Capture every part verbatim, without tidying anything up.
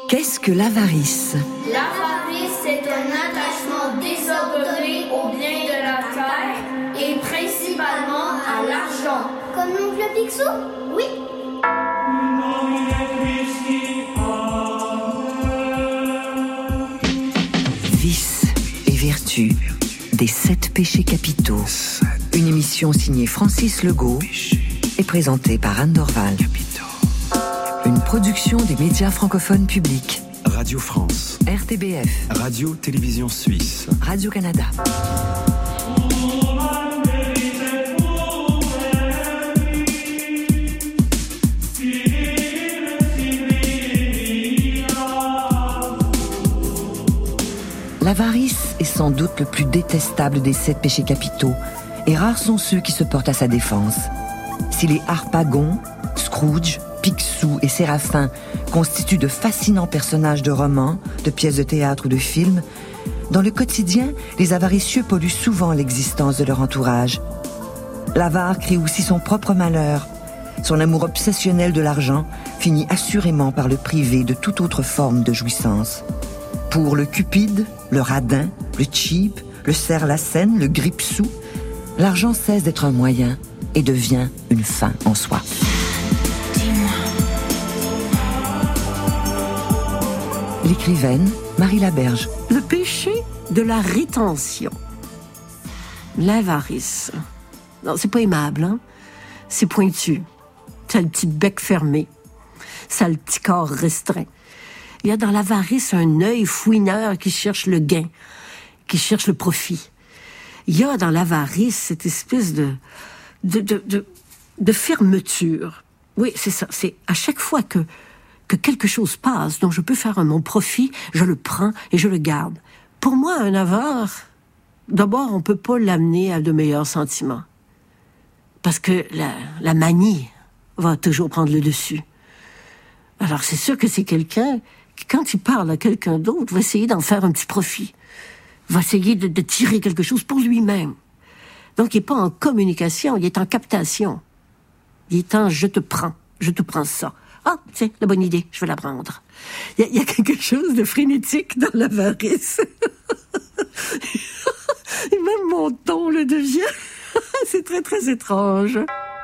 Qu'est-ce que l'avarice ? L'avarice, c'est un attachement désordonné aux biens de la terre et principalement à l'argent. Comme l'oncle Picsou ? Oui. Vice et vertu, des sept péchés capitaux. Une émission signée Francis Legault et présentée par Anne Dorval. Une production des médias francophones publics. Radio France. R T B F. Radio-Télévision Suisse. Radio-Canada. L'avarice est sans doute le plus détestable des sept péchés capitaux, et rares sont ceux qui se portent à sa défense. Si les Harpagons, Scrooge, Picsou et Séraphin constituent de fascinants personnages de romans, de pièces de théâtre ou de films, dans le quotidien, les avaricieux polluent souvent l'existence de leur entourage. L'avare crée aussi son propre malheur. Son amour obsessionnel de l'argent finit assurément par le priver de toute autre forme de jouissance. Pour le cupide, le radin, le cheap, le serre-la-scène, le grippe-sou, l'argent cesse d'être un moyen et devient une fin en soi. L'écrivaine Marie Laberge. Le péché de la rétention. L'avarice. Non, c'est pas aimable, hein? C'est pointu. Ça a le petit bec fermé. Ça a le petit corps restreint. Il y a dans l'avarice un œil fouineur qui cherche le gain, qui cherche le profit. Il y a dans l'avarice cette espèce de, de, de, de, de fermeture. Oui, c'est ça. C'est à chaque fois que que quelque chose passe dont je peux faire mon profit, je le prends et je le garde. Pour moi, un avare, d'abord, on peut pas l'amener à de meilleurs sentiments. Parce que la, la manie va toujours prendre le dessus. Alors, c'est sûr que c'est quelqu'un qui, quand il parle à quelqu'un d'autre, va essayer d'en faire un petit profit. Va essayer de, de tirer quelque chose pour lui-même. Donc, il n'est pas en communication, il est en captation. Il est en « je te prends, je te prends ça ». Ah, tiens, la bonne idée, je vais la prendre. Il y, y a quelque chose de frénétique dans l'avarice. Et même mon ton le devient. C'est très, très étrange.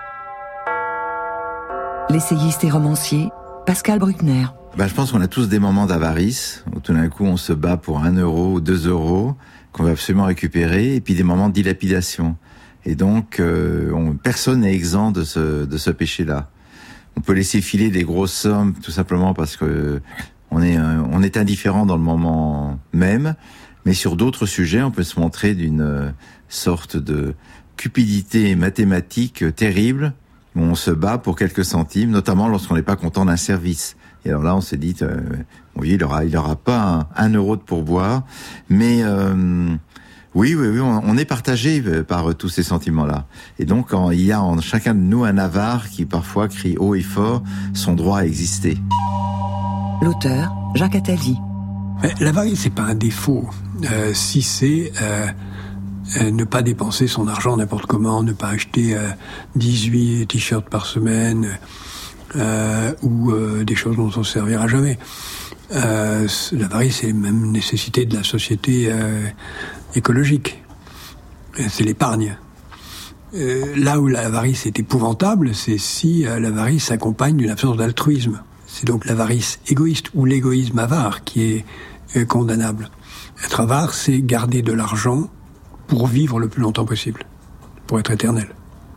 L'essayiste et romancier Pascal Bruckner. Ben, je pense qu'on a tous des moments d'avarice, où tout d'un coup on se bat pour un euro ou deux euros, qu'on va absolument récupérer, et puis des moments de dilapidation. Et donc, euh, on, personne n'est exempt de ce, de ce péché-là. On peut laisser filer des grosses sommes tout simplement parce que on est on est indifférent dans le moment même, mais sur d'autres sujets, on peut se montrer d'une sorte de cupidité mathématique terrible où on se bat pour quelques centimes, notamment lorsqu'on n'est pas content d'un service. Et alors là, on s'est dit, euh, oui, il aura il aura pas un, un euro de pourboire, mais euh, Oui, oui, oui, on est partagé par tous ces sentiments-là. Et donc, il y a en chacun de nous un avare qui parfois crie haut et fort son droit à exister. L'auteur, Jacques Attali. L'avarice, c'est pas un défaut. Euh, si c'est euh, euh, ne pas dépenser son argent n'importe comment, ne pas acheter euh, dix-huit t-shirts par semaine euh, ou euh, des choses dont on ne servira jamais. Euh, l'avarice, c'est même une nécessité de la société euh, écologique. C'est l'épargne. Euh, là où l'avarice est épouvantable, c'est si euh, l'avarice s'accompagne d'une absence d'altruisme. C'est donc l'avarice égoïste ou l'égoïsme avare qui est euh, condamnable. Être avare, c'est garder de l'argent pour vivre le plus longtemps possible, pour être éternel.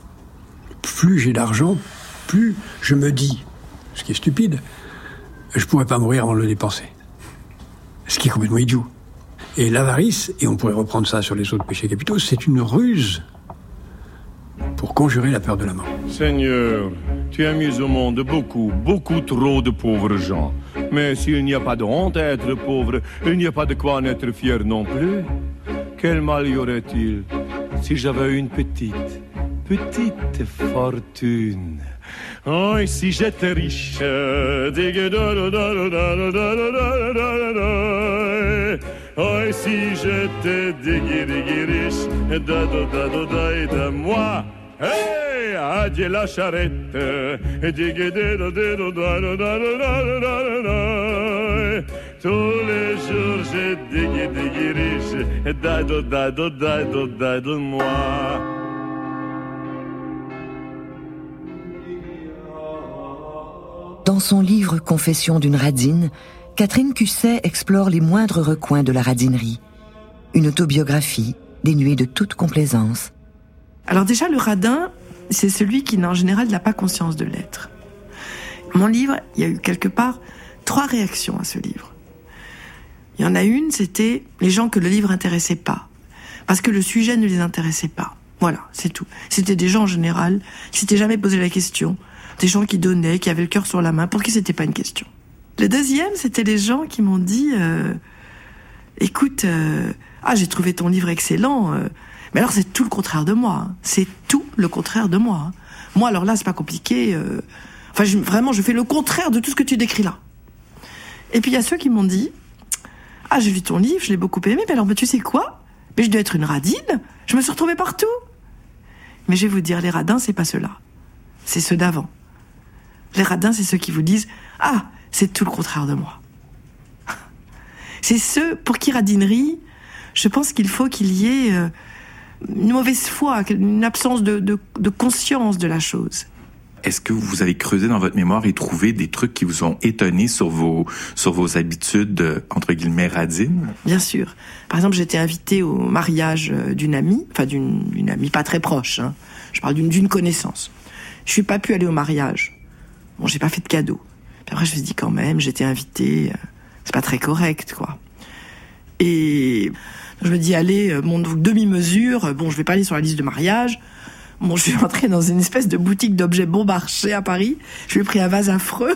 Plus j'ai d'argent, plus je me dis, ce qui est stupide, je pourrais pas mourir avant de le dépenser. Ce qui est complètement idiot. Et l'avarice, et on pourrait reprendre ça sur les autres péchés capitaux, c'est une ruse pour conjurer la peur de la mort. Seigneur, tu as mis au monde beaucoup, beaucoup trop de pauvres gens. Mais s'il n'y a pas de honte à être pauvre, il n'y a pas de quoi en être fier non plus. Quel mal y aurait-il si j'avais une petite, petite fortune? Oh, et si j'étais riche, oh, et si j'étais riche, de moi, hey, adieu la charrette, Tous les jours je dégué, déguirige, daddle, daddle, daddle, daddle, moi. Dans son livre Confession d'une radine, Catherine Cusset explore les moindres recoins de la radinerie. Une autobiographie dénuée de toute complaisance. Alors déjà, le radin, c'est celui qui, en général, n'a pas conscience de l'être. Mon livre, il y a eu quelque part trois réactions à ce livre. Il y en a une, c'était les gens que le livre intéressait pas, parce que le sujet ne les intéressait pas. Voilà, c'est tout. C'était des gens en général qui s'étaient jamais posé la question, des gens qui donnaient, qui avaient le cœur sur la main, pour qui c'était pas une question. Le deuxième, c'était les gens qui m'ont dit euh, « Écoute, euh, ah j'ai trouvé ton livre excellent, euh, mais alors c'est tout le contraire de moi. Hein. C'est tout le contraire de moi. Hein. Moi, alors là, c'est pas compliqué. Euh, enfin, je, vraiment, je fais le contraire de tout ce que tu décris là. » Et puis il y a ceux qui m'ont dit « Ah, j'ai lu ton livre, je l'ai beaucoup aimé, mais alors mais tu sais quoi ? Mais je dois être une radine, je me suis retrouvée partout. » Mais je vais vous dire, les radins, c'est pas ceux-là. C'est ceux d'avant. Les radins, c'est ceux qui vous disent « Ah, c'est tout le contraire de moi. » C'est ceux pour qui radinerie, je pense qu'il faut qu'il y ait euh, une mauvaise foi, une absence de, de, de conscience de la chose. Est-ce que vous avez creusé dans votre mémoire et trouvé des trucs qui vous ont étonné sur vos, sur vos habitudes, euh, entre guillemets, radines? Bien sûr. Par exemple, j'étais invitée au mariage d'une amie, enfin d'une, d'une amie pas très proche, hein. Je parle d'une, d'une connaissance. Je suis pas pu aller au mariage. Bon, j'ai pas fait de cadeau. Puis après, je me suis dit quand même, j'étais invitée, euh, c'est pas très correct, quoi. Et je me dis, allez, mon demi-mesure, bon, je vais pas aller sur la liste de mariage. Bon, je suis rentrée dans une espèce de boutique d'objets bon marché à Paris. Je lui ai pris un vase affreux.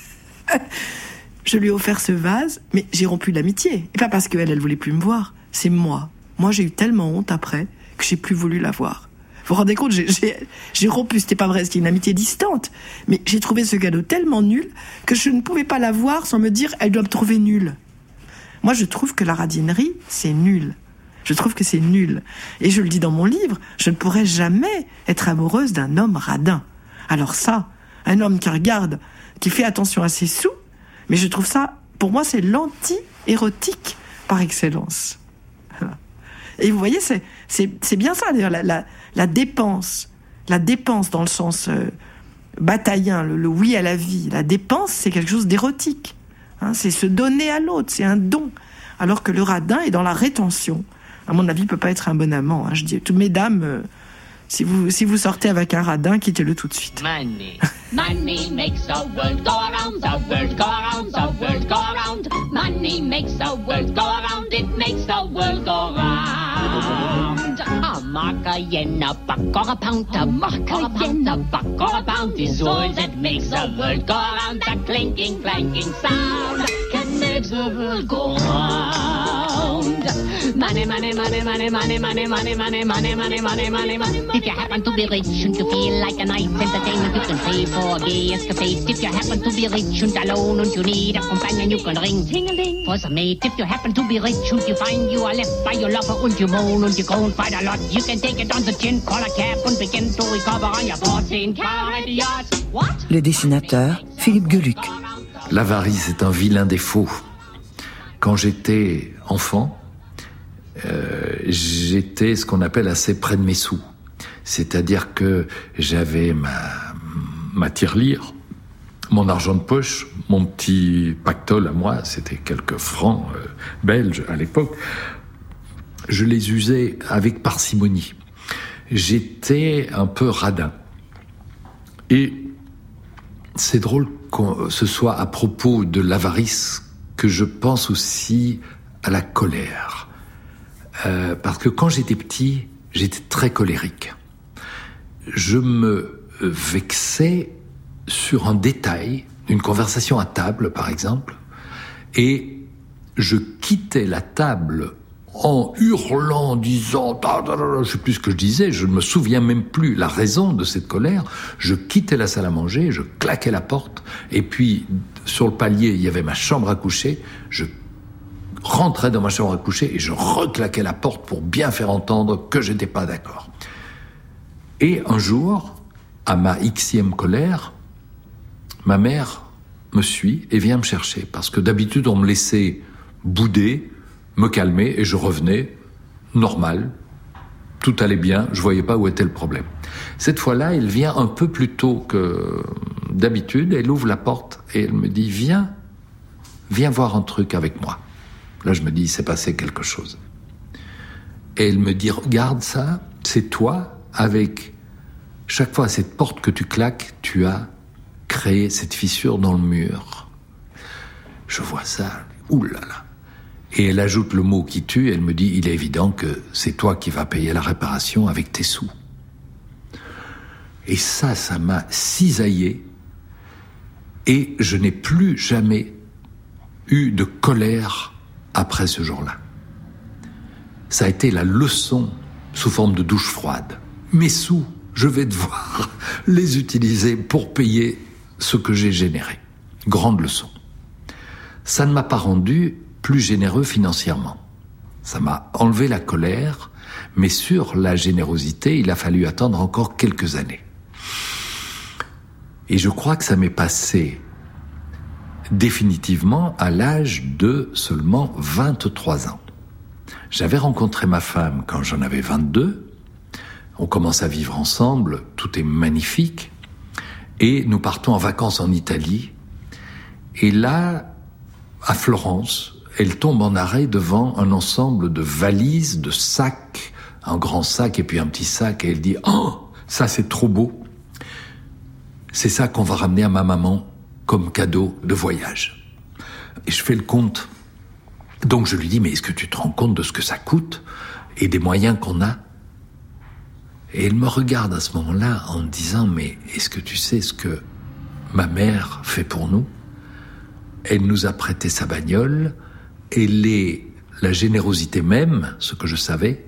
Je lui ai offert ce vase, mais j'ai rompu l'amitié. Et pas parce qu'elle, elle voulait plus me voir. C'est moi. Moi, j'ai eu tellement honte après que j'ai plus voulu la voir. Vous vous rendez compte, j'ai, j'ai, j'ai rompu, c'était pas vrai, c'était une amitié distante. Mais j'ai trouvé ce cadeau tellement nul que je ne pouvais pas la voir sans me dire, elle doit me trouver nulle. Moi, je trouve que la radinerie, c'est nul. Je trouve que c'est nul. Et je le dis dans mon livre, je ne pourrais jamais être amoureuse d'un homme radin. Alors ça, un homme qui regarde, qui fait attention à ses sous, mais je trouve ça, pour moi, c'est l'anti-érotique par excellence. Et vous voyez, c'est, c'est, c'est bien ça, d'ailleurs, la, la, la dépense. La dépense dans le sens euh, bataillien, le, le oui à la vie. La dépense, c'est quelque chose d'érotique. Hein, c'est se donner à l'autre, c'est un don. Alors que le radin est dans la rétention. À mon avis, il peut pas être un bon amant. Hein. Je dis, toutes mesdames, euh, si vous si vous sortez avec un radin, quittez-le tout de suite. Money, money makes the world go around, the world go around, the world go around. Money makes the world go around, it makes the world go round. A mark, a yen, a buck or a pound, a mark, a yen, a buck or a pound is all that makes the world go around. That clinking, clanking sound can make the world go round. Money, money, money, money, money, money, money, money, money, money, money, money, money. If you happen to be rich and you feel like a nice entertainment, you can pay for gay escapades. If you happen to be rich and alone and you need a companion, you can ring ting-a-ling for some mate. If you happen to be rich and you find you are left by your lover and you moan and you groan quite a lot, you can take it on the chin, call a cab and begin to recover on your fourteen carat yacht. What? Le dessinateur, Philippe Geluck. L'avarice est un vilain défaut. Quand j'étais enfant, euh, j'étais ce qu'on appelle assez près de mes sous. C'est-à-dire que j'avais ma, ma tirelire, mon argent de poche, mon petit pactole à moi, c'était quelques francs euh, belges à l'époque. Je les usais avec parcimonie. J'étais un peu radin. Et c'est drôle que ce soit à propos de l'avarice que je pense aussi à la colère. Euh, parce que quand j'étais petit, j'étais très colérique. Je me vexais sur un détail, une conversation à table par exemple, et je quittais la table en hurlant, en disant, je ne sais plus ce que je disais, je ne me souviens même plus la raison de cette colère. Je quittais la salle à manger, je claquais la porte, et puis sur le palier, il y avait ma chambre à coucher, je rentrais dans ma chambre à coucher et je reclaquais la porte pour bien faire entendre que j'étais pas d'accord. Et un jour, à ma xième colère, ma mère me suit et vient me chercher. Parce que d'habitude, on me laissait bouder, me calmer, et je revenais normal. Tout allait bien, je voyais pas où était le problème. Cette fois-là, il vient un peu plus tôt que d'habitude, elle ouvre la porte et elle me dit « Viens, viens voir un truc avec moi ». Là, je me dis « Il s'est passé quelque chose ». Et elle me dit « Regarde ça, c'est toi, avec chaque fois cette porte que tu claques, tu as créé cette fissure dans le mur. » Je vois ça, oulala. Et elle ajoute le mot qui tue, elle me dit « Il est évident que c'est toi qui vas payer la réparation avec tes sous. » Et ça, ça m'a cisaillé. Et je n'ai plus jamais eu de colère après ce jour-là. Ça a été la leçon sous forme de douche froide. Mes sous, je vais devoir les utiliser pour payer ce que j'ai généré. Grande leçon. Ça ne m'a pas rendu plus généreux financièrement. Ça m'a enlevé la colère, mais sur la générosité, il a fallu attendre encore quelques années. Et je crois que ça m'est passé définitivement à l'âge de seulement vingt-trois ans. J'avais rencontré ma femme quand j'en avais vingt-deux. On commence à vivre ensemble, tout est magnifique. Et nous partons en vacances en Italie. Et là, à Florence, elle tombe en arrêt devant un ensemble de valises, de sacs, un grand sac et puis un petit sac, et elle dit « Oh, ça c'est trop beau. C'est ça qu'on va ramener à ma maman comme cadeau de voyage. » Et je fais le compte. Donc je lui dis « Mais est-ce que tu te rends compte de ce que ça coûte et des moyens qu'on a ?» Et elle me regarde à ce moment-là en me disant « Mais est-ce que tu sais ce que ma mère fait pour nous ? Elle nous a prêté sa bagnole, elle est la générosité même, ce que je savais.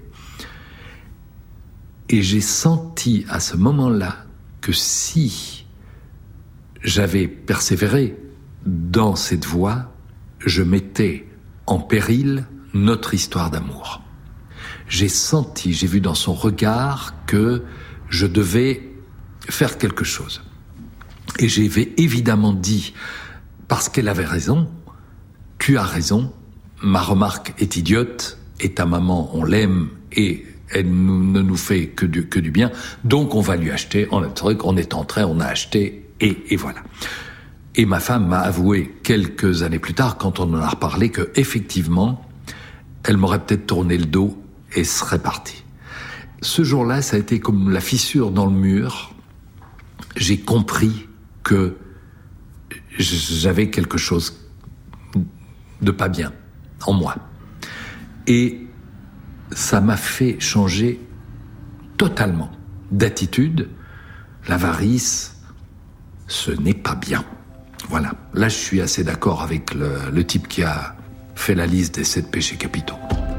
Et j'ai senti à ce moment-là que si j'avais persévéré dans cette voie, je mettais en péril notre histoire d'amour. J'ai senti, j'ai vu dans son regard que je devais faire quelque chose. Et j'ai évidemment dit, parce qu'elle avait raison, tu as raison, ma remarque est idiote, et ta maman, on l'aime, et elle nous, ne nous fait que du, que du bien, donc on va lui acheter, on a le truc, on est entré, on a acheté, et, et voilà. Et ma femme m'a avoué quelques années plus tard, quand on en a reparlé, que effectivement, elle m'aurait peut-être tourné le dos et serait partie. Ce jour-là, ça a été comme la fissure dans le mur. J'ai compris que j'avais quelque chose de pas bien en moi. Et ça m'a fait changer totalement d'attitude. L'avarice, ce n'est pas bien. Voilà. Là, je suis assez d'accord avec le, le type qui a fait la liste des sept péchés capitaux.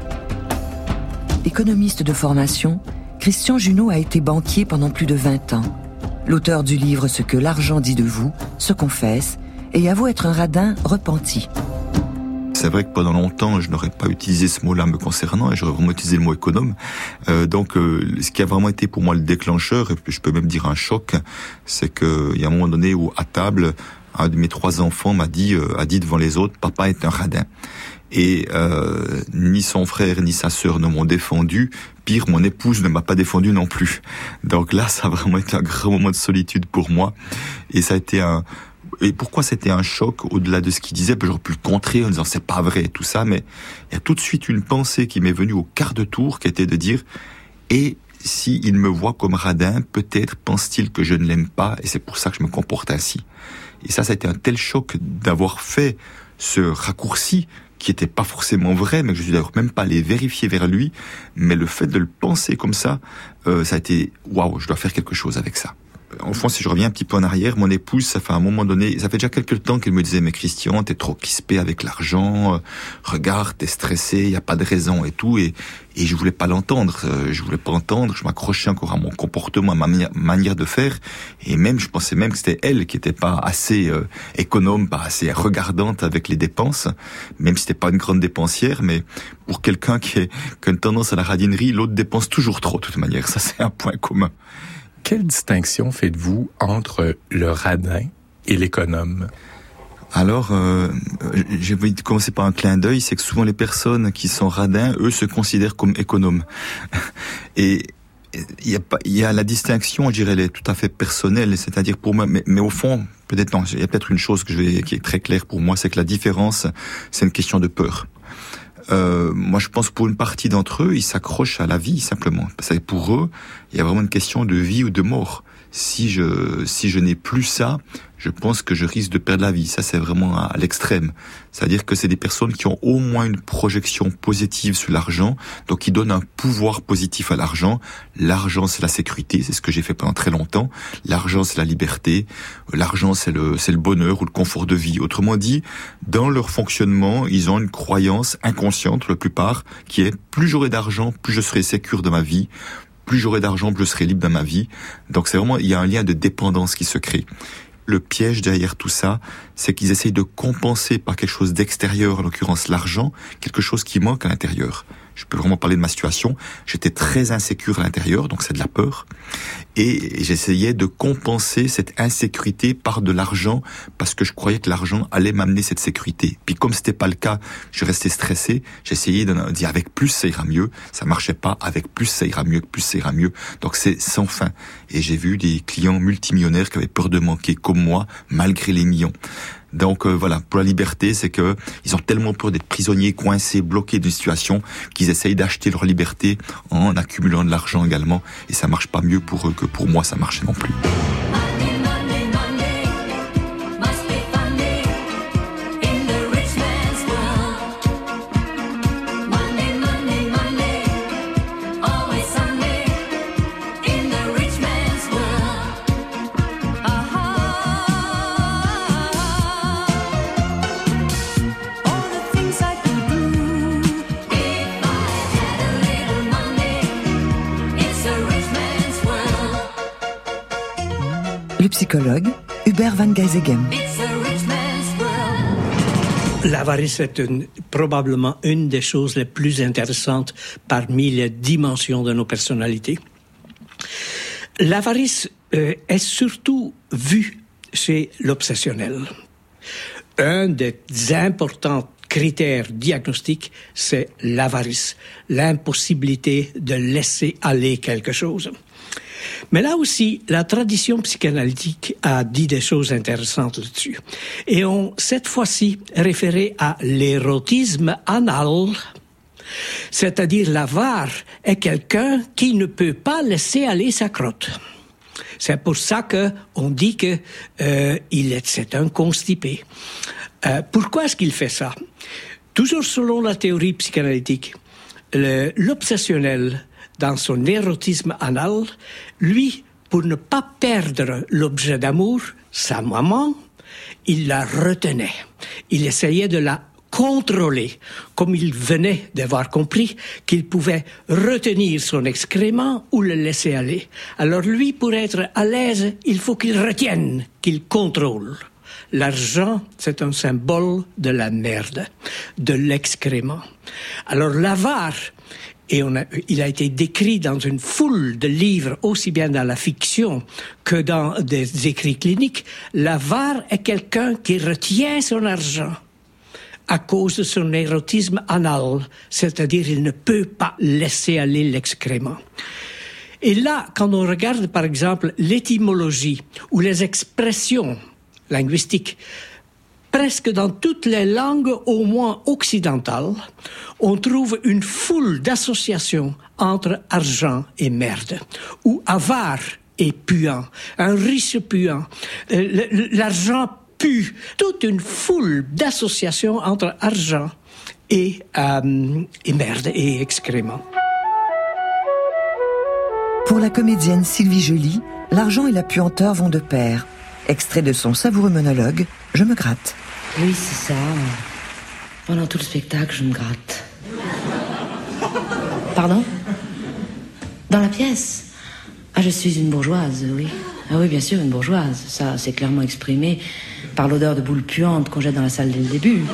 Économiste de formation, Christian Junod a été banquier pendant plus de vingt ans. L'auteur du livre « Ce que l'argent dit de vous » se confesse et avoue être un radin repenti. C'est vrai que pendant longtemps, je n'aurais pas utilisé ce mot-là me concernant et j'aurais vraiment utilisé le mot économe. Euh, donc, euh, ce qui a vraiment été pour moi le déclencheur, et puis je peux même dire un choc, c'est qu'il y a un moment donné où, à table, un de mes trois enfants m'a dit, euh, a dit devant les autres, papa est un radin. Et euh, ni son frère ni sa sœur ne m'ont défendu. Pire, mon épouse ne m'a pas défendu non plus. Donc là, ça a vraiment été un grand moment de solitude pour moi. Et ça a été un... Et pourquoi c'était un choc au-delà de ce qu'il disait? J'aurais pu le contrer en disant c'est pas vrai et tout ça, mais il y a tout de suite une pensée qui m'est venue au quart de tour, qui était de dire et si il me voit comme radin, peut-être pense-t-il que je ne l'aime pas et c'est pour ça que je me comporte ainsi. Et ça, ça a été un tel choc d'avoir fait ce raccourci qui était pas forcément vrai, mais que je suis d'ailleurs même pas allé vérifier vers lui, mais le fait de le penser comme ça, euh, ça a été waouh, je dois faire quelque chose avec ça. Enfin, si je reviens un petit peu en arrière, mon épouse, ça fait un moment donné, ça fait déjà quelques temps qu'elle me disait, mais Christian, t'es trop crispé avec l'argent, euh, regarde, t'es stressé, y a pas de raison et tout, et, et je voulais pas l'entendre, euh, je voulais pas entendre, je m'accrochais encore à mon comportement, à ma mani- manière de faire, et même, je pensais même que c'était elle qui était pas assez euh, économe, pas assez regardante avec les dépenses, même si c'était pas une grande dépensière, mais pour quelqu'un qui, est, qui a une tendance à la radinerie, l'autre dépense toujours trop, de toute manière, ça c'est un point commun. Quelle distinction faites-vous entre le radin et l'économe? Alors, euh, j'ai envie de commencer par un clin d'œil, c'est que souvent les personnes qui sont radins, eux, se considèrent comme économes. Et il y a pas, il y a la distinction, je dirais, elle est tout à fait personnelle, c'est-à-dire pour moi, mais, mais au fond, peut-être non, il y a peut-être une chose que je vais, qui est très claire pour moi, c'est que la différence, c'est une question de peur. Euh, moi, je pense que pour une partie d'entre eux, ils s'accrochent à la vie simplement. Parce que pour eux, il y a vraiment une question de vie ou de mort. Si je si je n'ai plus ça, je pense que je risque de perdre la vie. Ça, c'est vraiment à l'extrême. C'est-à-dire que c'est des personnes qui ont au moins une projection positive sur l'argent, donc qui donnent un pouvoir positif à l'argent. L'argent, c'est la sécurité, c'est ce que j'ai fait pendant très longtemps. L'argent, c'est la liberté. L'argent, c'est le c'est le bonheur ou le confort de vie. Autrement dit, dans leur fonctionnement, ils ont une croyance inconsciente, la plupart, qui est plus j'aurai d'argent, plus je serai sécure de ma vie. Plus j'aurai d'argent, plus je serai libre dans ma vie. Donc c'est vraiment, il y a un lien de dépendance qui se crée. Le piège derrière tout ça, c'est qu'ils essayent de compenser par quelque chose d'extérieur, en l'occurrence l'argent, quelque chose qui manque à l'intérieur. Je peux vraiment parler de ma situation. J'étais très insécure à l'intérieur, donc c'est de la peur. Et j'essayais de compenser cette insécurité par de l'argent, parce que je croyais que l'argent allait m'amener cette sécurité. Puis comme c'était pas le cas, je restais stressé. J'essayais de dire avec plus ça ira mieux. Ça marchait pas. Avec plus ça ira mieux. Plus ça ira mieux. Donc c'est sans fin. Et j'ai vu des clients multimillionnaires qui avaient peur de manquer, comme moi, malgré les millions. Donc euh, voilà, pour la liberté, c'est que ils ont tellement peur d'être prisonniers, coincés, bloqués d'une situation, qu'ils essayent d'acheter leur liberté en accumulant de l'argent également. Et ça marche pas mieux pour eux que pour moi, ça marchait non plus. Le psychologue Hubert Van Geizegem. L'avarice est une, probablement une des choses les plus intéressantes parmi les dimensions de nos personnalités. L'avarice euh, est surtout vue chez l'obsessionnel. Un des importants critères diagnostiques, c'est l'avarice, l'impossibilité de laisser aller quelque chose. Mais là aussi, la tradition psychanalytique a dit des choses intéressantes là-dessus. Et on, cette fois-ci, référé à l'érotisme anal, c'est-à-dire l'avare est quelqu'un qui ne peut pas laisser aller sa crotte. C'est pour ça qu'on dit que euh, il est, c'est un constipé. Euh, pourquoi est-ce qu'il fait ça? Toujours selon la théorie psychanalytique, le, l'obsessionnel, dans son érotisme anal, lui, pour ne pas perdre l'objet d'amour, sa maman, il la retenait. Il essayait de la contrôler, comme il venait d'avoir compris qu'il pouvait retenir son excrément ou le laisser aller. Alors lui, pour être à l'aise, il faut qu'il retienne, qu'il contrôle. L'argent, c'est un symbole de la merde, de l'excrément. Alors l'avare, et on a, il a été décrit dans une foule de livres, aussi bien dans la fiction que dans des écrits cliniques. L'avare est quelqu'un qui retient son argent à cause de son érotisme anal, c'est-à-dire il ne peut pas laisser aller l'excrément. Et là, quand on regarde par exemple l'étymologie ou les expressions linguistiques, presque dans toutes les langues, au moins occidentales, on trouve une foule d'associations entre argent et merde, ou avare et puant, un riche puant, euh, l'argent pue, toute une foule d'associations entre argent et, euh, et merde et excrément. Pour la comédienne Sylvie Joly, l'argent et la puanteur vont de pair. Extrait de son savoureux monologue « Je me gratte ». Oui, c'est ça. Pendant tout le spectacle, je me gratte. Pardon? Dans la pièce? Ah, je suis une bourgeoise, oui. Ah oui, bien sûr, une bourgeoise. Ça, c'est clairement exprimé par l'odeur de boule puante qu'on jette dans la salle dès le début.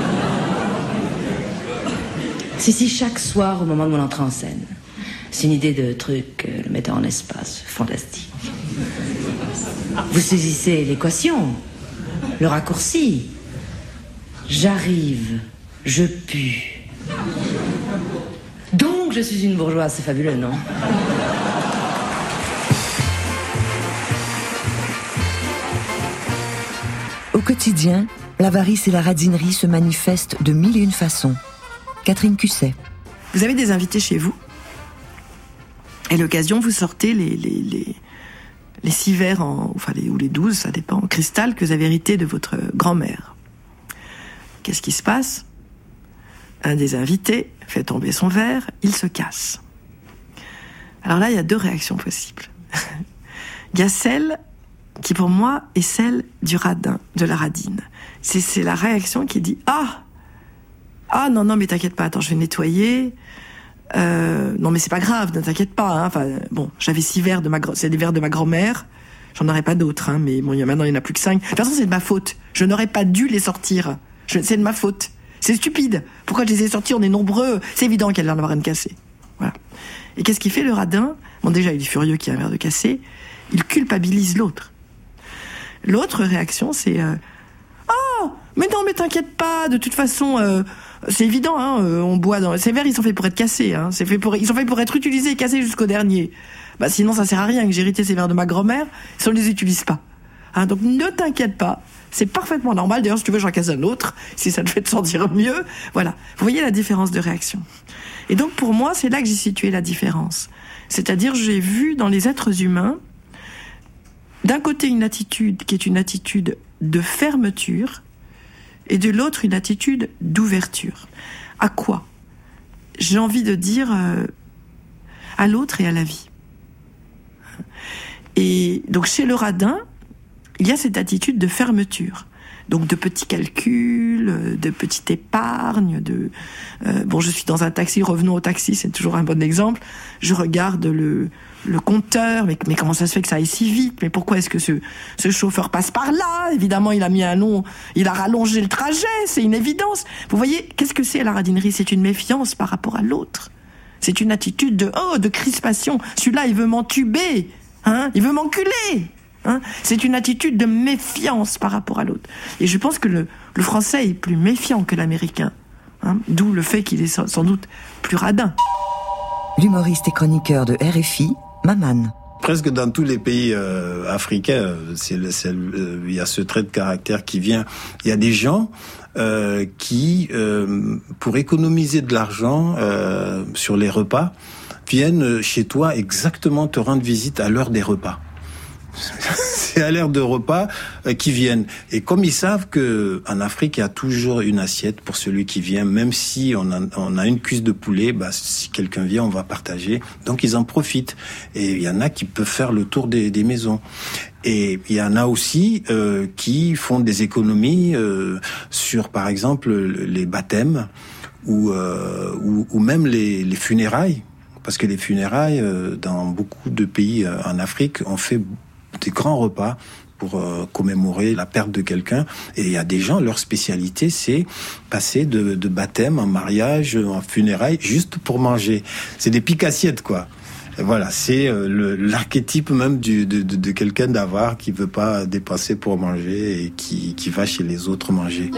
Si, si, chaque soir, au moment de mon entrée en scène. C'est une idée de truc, euh, le metteur en espace, fantastique. Vous saisissez l'équation, le raccourci. J'arrive, je pue. Donc je suis une bourgeoise, c'est fabuleux, non? Au quotidien, l'avarice et la radinerie se manifestent de mille et une façons. Catherine Cusset. Vous avez des invités chez vous, et l'occasion, vous sortez les, les, les, les six verres, en, enfin les, ou les douze, ça dépend, en cristal que vous avez hérité de votre grand-mère. Qu'est-ce qui se passe? Un des invités fait tomber son verre, il se casse. Alors là, il y a deux réactions possibles. Il y a celle qui, pour moi, est celle du radin, de la radine. C'est, c'est la réaction qui dit « Ah Ah non, non, mais t'inquiète pas, attends, je vais nettoyer. Euh, non, mais c'est pas grave, ne t'inquiète pas. Hein. Enfin, bon, j'avais six verres de ma... C'est des verres de ma grand-mère. J'en aurais pas d'autres, hein, mais bon, il y a, maintenant, il n'y en a plus que cinq. De toute façon, c'est de ma faute. Je n'aurais pas dû les sortir. Je, c'est de ma faute. C'est stupide. Pourquoi je les ai sortis? On est nombreux. C'est évident qu'elle en aura une cassée. Voilà. Et qu'est-ce qu'il fait, le radin? Bon, déjà, il est furieux qu'il y a un verre de cassé. Il culpabilise l'autre. L'autre réaction, c'est euh, oh, mais non, mais t'inquiète pas. De toute façon, euh, c'est évident. Hein, euh, on boit dans ces verres, ils sont faits pour être cassés. Hein, c'est fait pour, ils sont faits pour être utilisés et cassés jusqu'au dernier. Bah, sinon, ça sert à rien que j'ai hérité ces verres de ma grand-mère si on les utilise pas. Hein, donc, ne t'inquiète pas. C'est parfaitement normal. D'ailleurs, si tu veux, j'en casse un autre, si ça te fait te sentir mieux. Voilà. Vous voyez la différence de réaction. Et donc, pour moi, c'est là que j'ai situé la différence. C'est-à-dire, j'ai vu dans les êtres humains, d'un côté, une attitude qui est une attitude de fermeture, et de l'autre, une attitude d'ouverture. À quoi? J'ai envie de dire euh, à l'autre et à la vie. Et donc, chez le radin, il y a cette attitude de fermeture, donc de petits calculs, de petite épargne, de euh, bon, je suis dans un taxi, revenons au taxi, c'est toujours un bon exemple. Je regarde le le compteur, mais, mais comment ça se fait que ça aille si vite? Mais pourquoi est-ce que ce ce chauffeur passe par là? Évidemment, il a mis un long, il a rallongé le trajet, c'est une évidence. Vous voyez, qu'est-ce que c'est la radinerie? C'est une méfiance par rapport à l'autre. C'est une attitude de oh, de crispation. Celui-là, il veut m'entuber, hein? Il veut m'enculer. Hein, c'est une attitude de méfiance par rapport à l'autre. Et je pense que le, le français est plus méfiant que l'américain. Hein, d'où le fait qu'il est sans, sans doute plus radin. L'humoriste et chroniqueur de R F I, Maman. Presque dans tous les pays euh, africains, c'est, c'est, euh, il y a ce trait de caractère qui vient. Il y a des gens euh, qui, euh, pour économiser de l'argent euh, sur les repas, viennent chez toi exactement te rendre visite à l'heure des repas. C'est à l'heure de repas euh, qui viennent. Et comme ils savent que en Afrique, il y a toujours une assiette pour celui qui vient, même si on a, on a une cuisse de poulet, bah, si quelqu'un vient, on va partager. Donc ils en profitent. Et il y en a qui peuvent faire le tour des, des maisons. Et il y en a aussi euh, qui font des économies euh, sur, par exemple, les baptêmes ou, euh, ou, ou même les, les funérailles. Parce que les funérailles, euh, dans beaucoup de pays euh, en Afrique, on fait des grands repas pour euh, commémorer la perte de quelqu'un. Et il y a des gens, leur spécialité, c'est passer de, de baptême en mariage, en funérailles, juste pour manger. C'est des piques-assiettes, quoi. Et voilà, c'est euh, le, l'archétype même du, de, de, de quelqu'un d'avare qui veut pas dépenser pour manger et qui, qui va chez les autres manger.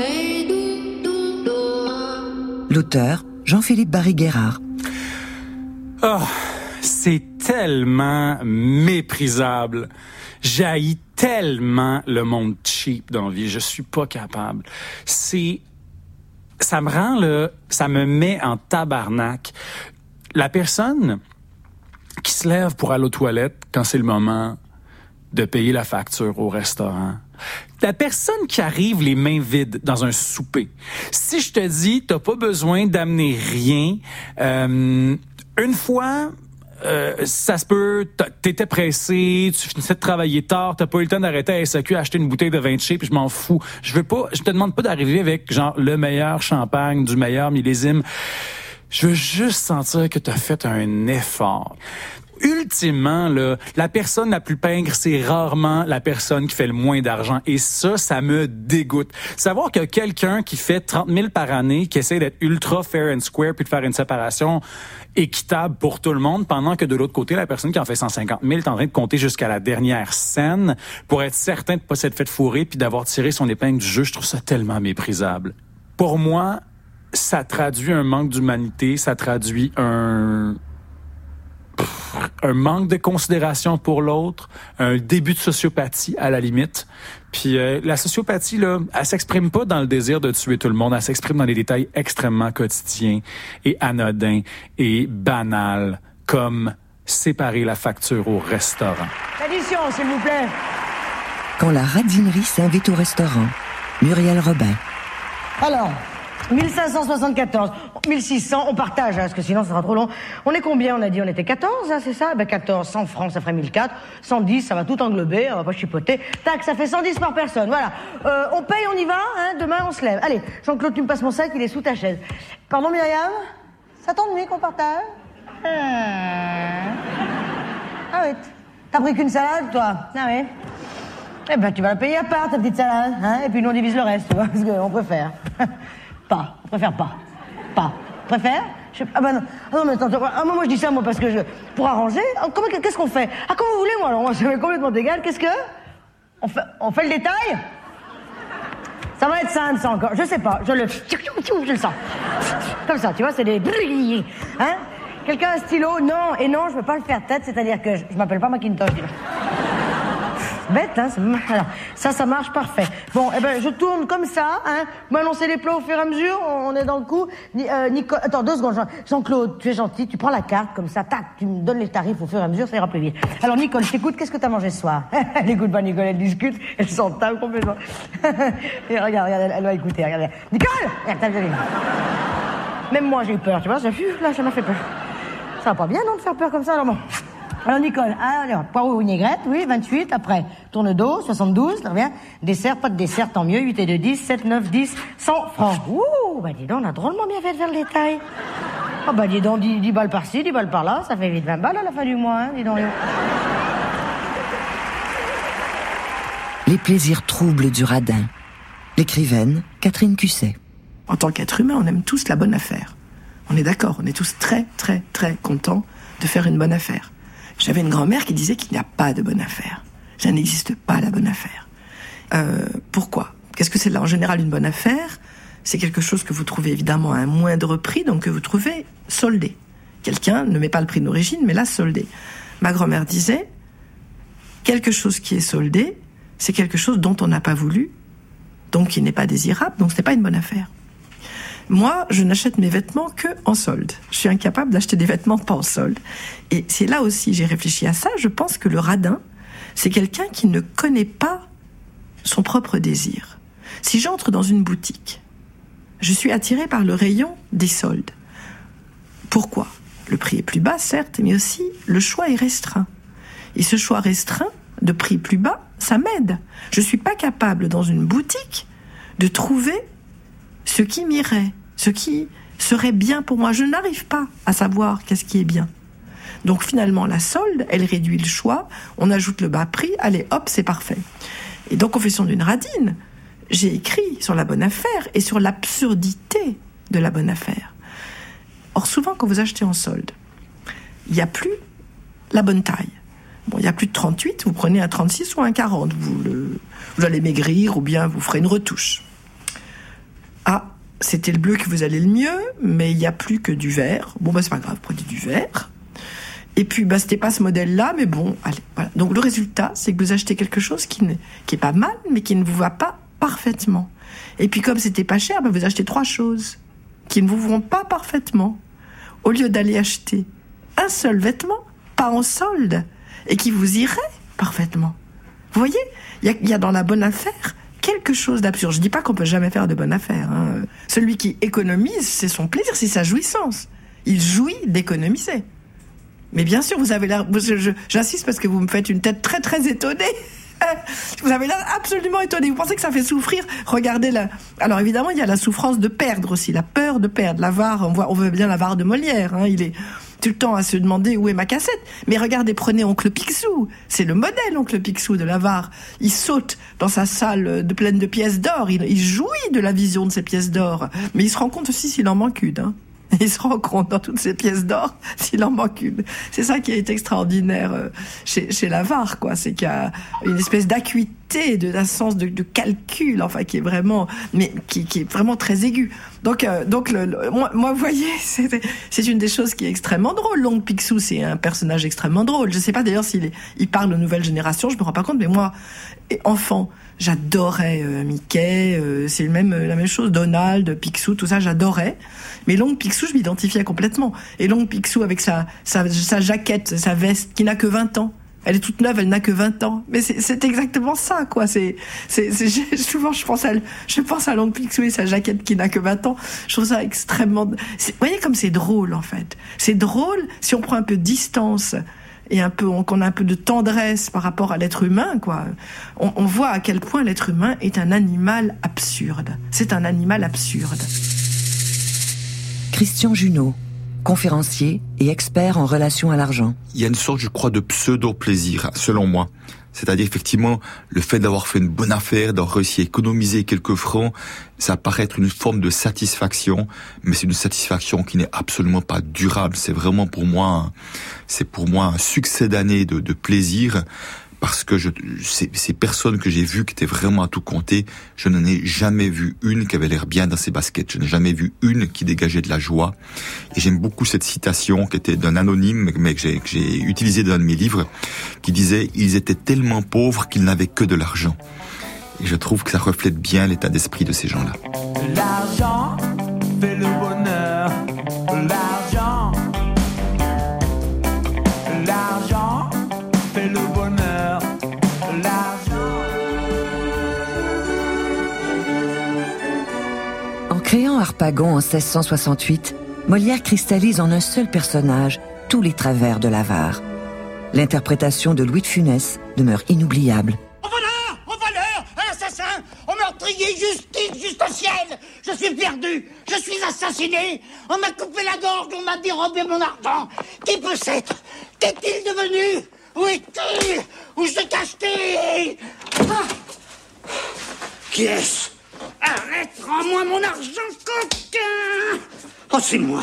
L'auteur, Jean-Philippe Barry-Guerrard. Oh, c'est tellement méprisable. J'haïs tellement le monde cheap dans la vie. Je suis pas capable. C'est, ça me rend là, ça me met en tabarnak. La personne qui se lève pour aller aux toilettes quand c'est le moment de payer la facture au restaurant. La personne qui arrive les mains vides dans un souper. Si je te dis, t'as pas besoin d'amener rien, euh, une fois, euh, ça se peut, t'étais pressé, tu finissais de travailler tard, t'as pas eu le temps d'arrêter à S A Q à acheter une bouteille de vin de cheap, je m'en fous. Je veux pas, je te demande pas d'arriver avec genre le meilleur champagne, du meilleur millésime. Je veux juste sentir que t'as fait un effort. Ultimement, là, la personne la plus pingre, c'est rarement la personne qui fait le moins d'argent. Et ça, ça me dégoûte. Savoir que quelqu'un qui fait trente mille par année, qui essaie d'être ultra fair and square, puis de faire une séparation équitable pour tout le monde, pendant que de l'autre côté, la personne qui en fait cent cinquante mille est en train de compter jusqu'à la dernière scène pour être certain de pas s'être fait fourrer puis d'avoir tiré son épingle du jeu, je trouve ça tellement méprisable. pour moi, ça traduit un manque d'humanité, ça traduit un un manque de considération pour l'autre, un début de sociopathie à la limite. Puis euh, la sociopathie, là, elle s'exprime pas dans le désir de tuer tout le monde, elle s'exprime dans des détails extrêmement quotidiens et anodins et banals, comme séparer la facture au restaurant. L'addition, s'il vous plaît. Quand la radinerie s'invite au restaurant, Muriel Robin. Alors, mille cinq cent soixante-quatorze, mille six cents, on partage, hein, parce que sinon ça sera trop long. On est combien? On a dit on était quatorze, hein, c'est ça? Ben quatorze, cent francs, ça ferait mille quatre. cent dix, ça va tout englober, on va pas chipoter. Tac, ça fait cent dix par personne, voilà. Euh, on paye, on y va, hein, demain on se lève. Allez, Jean-Claude, tu me passes mon sac, il est sous ta chaise. Pardon, Myriam? Ça t'ennuie qu'on partage? Hmm. Ah oui, t'as pris qu'une salade, toi? Ah oui. Eh ben, tu vas la payer à part, ta petite salade, hein, et puis nous on divise le reste, tu vois, parce qu'on préfère. Pas, on préfère pas. Pas. Préfère? Je... Ah ben non. Ah non, mais attends, ah, moi, moi je dis ça, moi, parce que je... Pour arranger, comment, qu'est-ce qu'on fait? Ah, comme vous voulez, moi, alors, moi, ça m'est complètement égal. Qu'est-ce que? On fait, on fait le détail? Ça va être simple, ça, encore. Je sais pas, je le... Je le sens. Comme ça, tu vois, c'est des... Hein? Quelqu'un a un stylo? Non, et non, je veux pas le faire tête, c'est-à-dire que je, je m'appelle pas Macintosh, dis-le. Bête, hein, alors, ça, ça marche parfait. Bon, eh ben, je tourne comme ça, hein. Vous m'annoncez les plats au fur et à mesure, on est dans le coup. Ni, euh, Nicole, attends, deux secondes, Jean, Jean-Claude, tu es gentil, tu prends la carte, comme ça, tac, tu me donnes les tarifs au fur et à mesure, ça ira plus vite. Alors, Nicole, je t'écoute, qu'est-ce que t'as mangé ce soir? Elle écoute pas, Nicole, elle discute, elle s'entame complètement. Et regarde, regarde, elle, elle va écouter, regarde. Nicole! Regarde, t'as vu. Même moi, j'ai eu peur, tu vois, ça, là, ça m'a fait peur. Ça va pas bien, non, de faire peur comme ça, alors bon. Alors, Nicole, alors, poireau vinaigrette, oui, vingt-huit, après, tourne d'eau, soixante-douze, très bien. Dessert, pas de dessert, tant mieux, huit et deux, dix, sept, neuf, dix, cent francs. Ouh, bah dis donc, on a drôlement bien fait de faire le détail. Oh, bah dis donc, dix, dix balles par-ci, dix balles par-là, ça fait vite vingt balles à la fin du mois, hein, dis donc. Les plaisirs troubles du radin. L'écrivaine Catherine Cusset. En tant qu'être humain, on aime tous la bonne affaire. On est d'accord, on est tous très, très, très contents de faire une bonne affaire. J'avais une grand-mère qui disait qu'il n'y a pas de bonne affaire. Ça n'existe pas, la bonne affaire. Euh, pourquoi? Qu'est-ce que c'est là? En général, une bonne affaire, c'est quelque chose que vous trouvez évidemment à un moindre prix, donc que vous trouvez soldé. Quelqu'un ne met pas le prix d'origine, mais là, soldé. Ma grand-mère disait, quelque chose qui est soldé, c'est quelque chose dont on n'a pas voulu, donc qui n'est pas désirable, donc ce n'est pas une bonne affaire. Moi, je n'achète mes vêtements que en solde. Je suis incapable d'acheter des vêtements pas en solde. Et c'est là aussi, j'ai réfléchi à ça, je pense que le radin, c'est quelqu'un qui ne connaît pas son propre désir. Si j'entre dans une boutique, je suis attiré par le rayon des soldes. Pourquoi? Le prix est plus bas, certes, mais aussi le choix est restreint. Et ce choix restreint, de prix plus bas, ça m'aide. Je suis pas capable, dans une boutique, de trouver ce qui m'irait, ce qui serait bien pour moi. Je n'arrive pas à savoir qu'est-ce qui est bien. Donc finalement, la solde, elle réduit le choix, on ajoute le bas prix, allez hop, c'est parfait. Et dans Confession d'une radine, j'ai écrit sur la bonne affaire et sur l'absurdité de la bonne affaire. Or souvent, quand vous achetez en solde, il n'y a plus la bonne taille. Bon, il y a plus de trente-huit, vous prenez un trente-six ou un quarante, vous, le, vous allez maigrir ou bien vous ferez une retouche. Ah, c'était le bleu qui vous allait le mieux, mais il n'y a plus que du vert. Bon, bah c'est pas grave, prenez du vert. Et puis, bah c'était pas ce modèle-là, mais bon, allez, voilà. Donc le résultat, c'est que vous achetez quelque chose qui, ne, qui est pas mal, mais qui ne vous va pas parfaitement. Et puis comme c'était pas cher, bah vous achetez trois choses qui ne vous vont pas parfaitement. Au lieu d'aller acheter un seul vêtement, pas en solde, et qui vous irait parfaitement. Vous voyez, il y, y a dans la bonne affaire quelque chose d'absurde. Je dis pas qu'on peut jamais faire de bonne affaire. Hein. Celui qui économise, c'est son plaisir, c'est sa jouissance. Il jouit d'économiser. Mais bien sûr, vous avez l'air... Je, je, j'insiste parce que vous me faites une tête très très étonnée. Vous avez l'air absolument étonné. Vous pensez que ça fait souffrir? Regardez la... Alors évidemment, il y a la souffrance de perdre aussi, la peur de perdre. L'avare, on voit, on veut bien l'avare de Molière. Hein. Il est tout le temps à se demander où est ma cassette. Mais regardez, prenez Oncle Picsou. C'est le modèle, Oncle Picsou, de l'avare. Il saute dans sa salle de pleine de pièces d'or. Il, il jouit de la vision de ces pièces d'or. Mais il se rend compte aussi s'il en manque une. Hein. Et il se rend compte dans toutes ces pièces d'or s'il en manque une. C'est ça qui est extraordinaire chez, chez l'avare, quoi. C'est qu'il y a une espèce d'acuité, de, d'un sens de, de calcul, enfin, qui est vraiment, mais qui, qui est vraiment très aigu. Donc, euh, donc, le, le, moi, moi, vous voyez, c'est, c'est une des choses qui est extrêmement drôle. Long Picsou, c'est un personnage extrêmement drôle. Je sais pas d'ailleurs s'il est, il parle aux nouvelles générations, je me rends pas compte, mais moi, enfant, j'adorais euh, Mickey, euh, c'est le même, la même chose, Donald, Picsou, tout ça, j'adorais. Mais Long Picsou, je m'identifiais complètement. Et Long Picsou avec sa, sa, sa jaquette, sa veste, qui n'a que vingt ans. Elle est toute neuve, elle n'a que vingt ans. Mais c'est, c'est exactement ça, quoi. C'est, c'est, c'est, souvent, je pense à, je pense à Long Picsou et sa jaquette qui n'a que vingt ans. Je trouve ça extrêmement, c'est, vous voyez comme c'est drôle, en fait. C'est drôle si on prend un peu de distance et un peu, qu'on a un peu de tendresse par rapport à l'être humain, quoi. On, on voit à quel point l'être humain est un animal absurde. C'est un animal absurde. Christian Junot, conférencier et expert en relations à l'argent. Il y a une sorte, je crois, de pseudo-plaisir, selon moi. C'est-à-dire, effectivement, le fait d'avoir fait une bonne affaire, d'avoir réussi à économiser quelques francs, ça paraît être une forme de satisfaction, mais c'est une satisfaction qui n'est absolument pas durable. C'est vraiment pour moi, c'est pour moi un succès d'année de, de plaisir, parce que je, ces, ces personnes que j'ai vues qui étaient vraiment à tout compter, je n'en ai jamais vu une qui avait l'air bien dans ses baskets. Je n'ai jamais vu une qui dégageait de la joie. Et j'aime beaucoup cette citation qui était d'un anonyme, mais que j'ai, que j'ai utilisée dans un de mes livres, qui disait « Ils étaient tellement pauvres qu'ils n'avaient que de l'argent ». Et je trouve que ça reflète bien l'état d'esprit de ces gens-là. L'argent fait le bonheur. L'argent. L'argent fait le bonheur. En créant Harpagon en seize cent soixante-huit, Molière cristallise en un seul personnage tous les travers de l'avare. L'interprétation de Louis de Funès demeure inoubliable. Au voleur, au voleur, à l'assassin, au meurtrier, justice, justicienne. Je suis perdu, je suis assassiné. On m'a coupé la gorge, on m'a dérobé mon argent. Qui peut s'être? Qu'est-il devenu? Où est-il? Où se cache-t-il? Ah. Qui est-ce? Arrête, rends-moi mon argent, coquin! Oh, c'est moi.